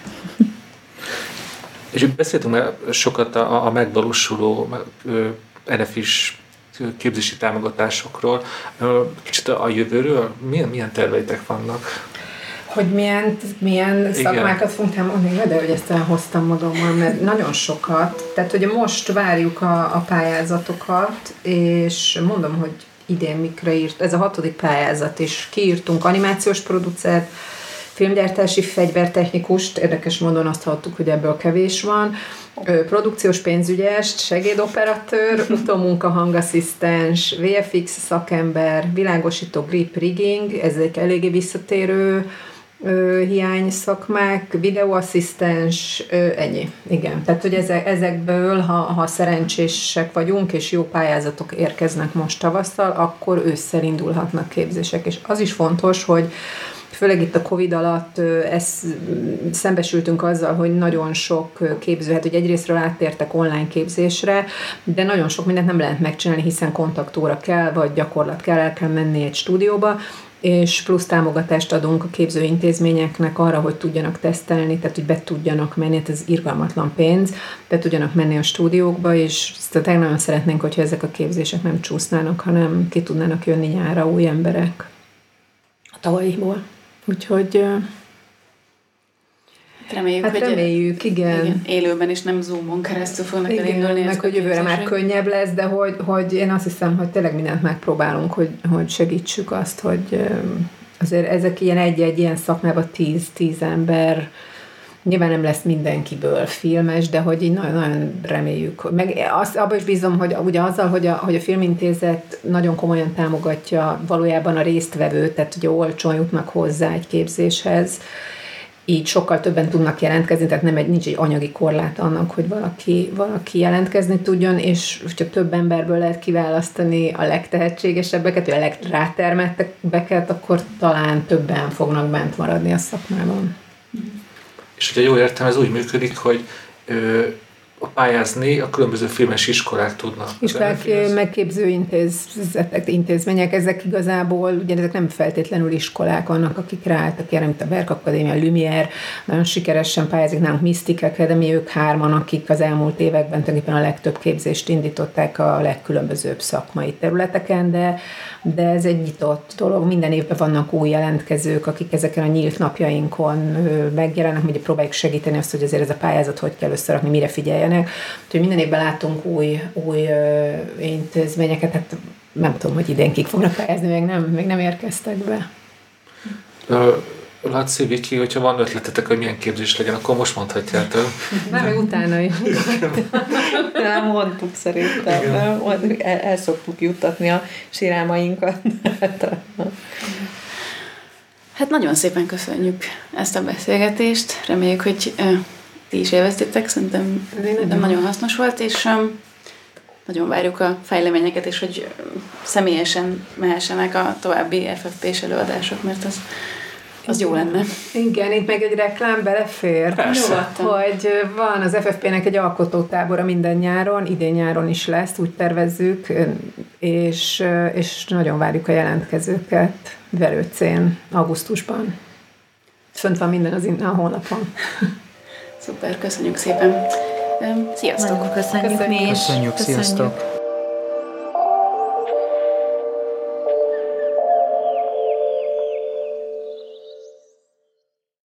És beszéltünk már sokat a, a megvalósuló en ef is képzési támogatásokról. Kicsit a jövőről milyen, milyen terveitek vannak? Hogy milyen, milyen szakmákat fogunk támogatni, de hogy ezt elhoztam magammal, mert nagyon sokat. Tehát, hogy most várjuk a, a pályázatokat, és mondom, hogy idén mikre írt, ez a hatodik pályázat, és kiírtunk animációs producert, filmgyártási fegyvertechnikust, érdekes módon azt hallottuk, hogy ebből kevés van, produkciós pénzügyest, segédoperatőr, utómunka hangasszisztens, vé ef iksz szakember, világosító grip rigging, ezek eléggé visszatérő ö, hiány szakmák, videóasszisztens, ö, ennyi. Igen. Tehát, hogy ezek, ezekből, ha, ha szerencsések vagyunk, és jó pályázatok érkeznek most tavasszal, akkor ősszel indulhatnak képzések. És az is fontos, hogy főleg itt a Covid alatt ezt, szembesültünk azzal, hogy nagyon sok képző, hát hogy egyrésztről áttértek online képzésre, de nagyon sok mindent nem lehet megcsinálni, hiszen kontaktóra kell, vagy gyakorlat kell, el kell menni egy stúdióba, és plusz támogatást adunk a képzőintézményeknek arra, hogy tudjanak tesztelni, tehát hogy be tudjanak menni, hát ez irgalmatlan pénz, be tudjanak menni a stúdiókba, és tehát nagyon szeretnénk, hogyha ezek a képzések nem csúsznának, hanem ki tudnának jönni nyárra új emberek a tavalyiból. Úgyhogy reméljük, hát hogy reméljük, igen. igen. Élőben is nem Zoomon keresztül fognak igen, elindulni. meg hogy jövőre már könnyebb lesz, de hogy, hogy én azt hiszem, hogy tényleg mindent megpróbálunk, hogy, hogy segítsük azt, hogy azért ezek ilyen egy-egy ilyen szakmában tíz-tíz ember, nyilván nem lesz mindenkiből filmes, de hogy így nagyon-nagyon reméljük. Meg azt, abban is bízom, hogy ugye azzal, hogy a, hogy a Filmintézet nagyon komolyan támogatja valójában a résztvevőt, tehát ugye olcsón jutnak hozzá egy képzéshez, így sokkal többen tudnak jelentkezni, tehát nem egy, nincs egy anyagi korlát annak, hogy valaki, valaki jelentkezni tudjon, és hogyha több emberből lehet kiválasztani a legtehetségesebbeket, vagy a legrátermettebbeket, akkor talán többen fognak bent maradni a szakmában. És hogyha jól értem, ez úgy működik, hogy ö, a pályázni a különböző filmes iskolák tudnak. Iskolák, megképző intézetek, intézmények, ezek igazából, ugye ezek nem feltétlenül iskolák, vannak, akik ráálltak erre, mint a Berk Akadémia, Lumière, nagyon sikeresen pályázik nálunk Mystic Academy, ők hárman, akik az elmúlt években tulajdonképpen a legtöbb képzést indították a legkülönbözőbb szakmai területeken, de, de ez egy nyitott dolog. Minden évben vannak új jelentkezők, akik ezeken a nyílt napjainkon megjelennek, ugye próbáljuk segíteni azt, hogy azért ez a pályázat hogy kell összerakni, mire figyeljenek. Úgyhogy minden évben látunk új, új ö, intézményeket, hát nem tudom, hogy idén kik fognak pályázni, még nem, még nem érkeztek be. Ö, Laci, Viki, hogyha van ötletetek, hogy milyen képzés legyen, akkor most mondhatjátok. Már meg utána is. Nem mondtuk szerintem. El, el szoktuk juttatni a sírálmainkat. Hát nagyon szépen köszönjük ezt a beszélgetést. Reméljük, hogy ti is élveztétek, szerintem nem nagyon hasznos volt, és um, nagyon várjuk a fejleményeket, és hogy um, személyesen mehessenek a további ef ef pés előadások, mert az az jó lenne. Igen, itt meg egy reklám belefér. Persze. Hogy van az ef ef pé-nek egy alkotótábora minden nyáron, idén nyáron is lesz, úgy tervezzük, és, és nagyon várjuk a jelentkezőket Verőcén, augusztusban. Fönt van minden az a honlapon. Szuper, köszönjük szépen. Sziasztok! Nagyon köszönjük, Köszönjük. mi is. Köszönjük, sziasztok!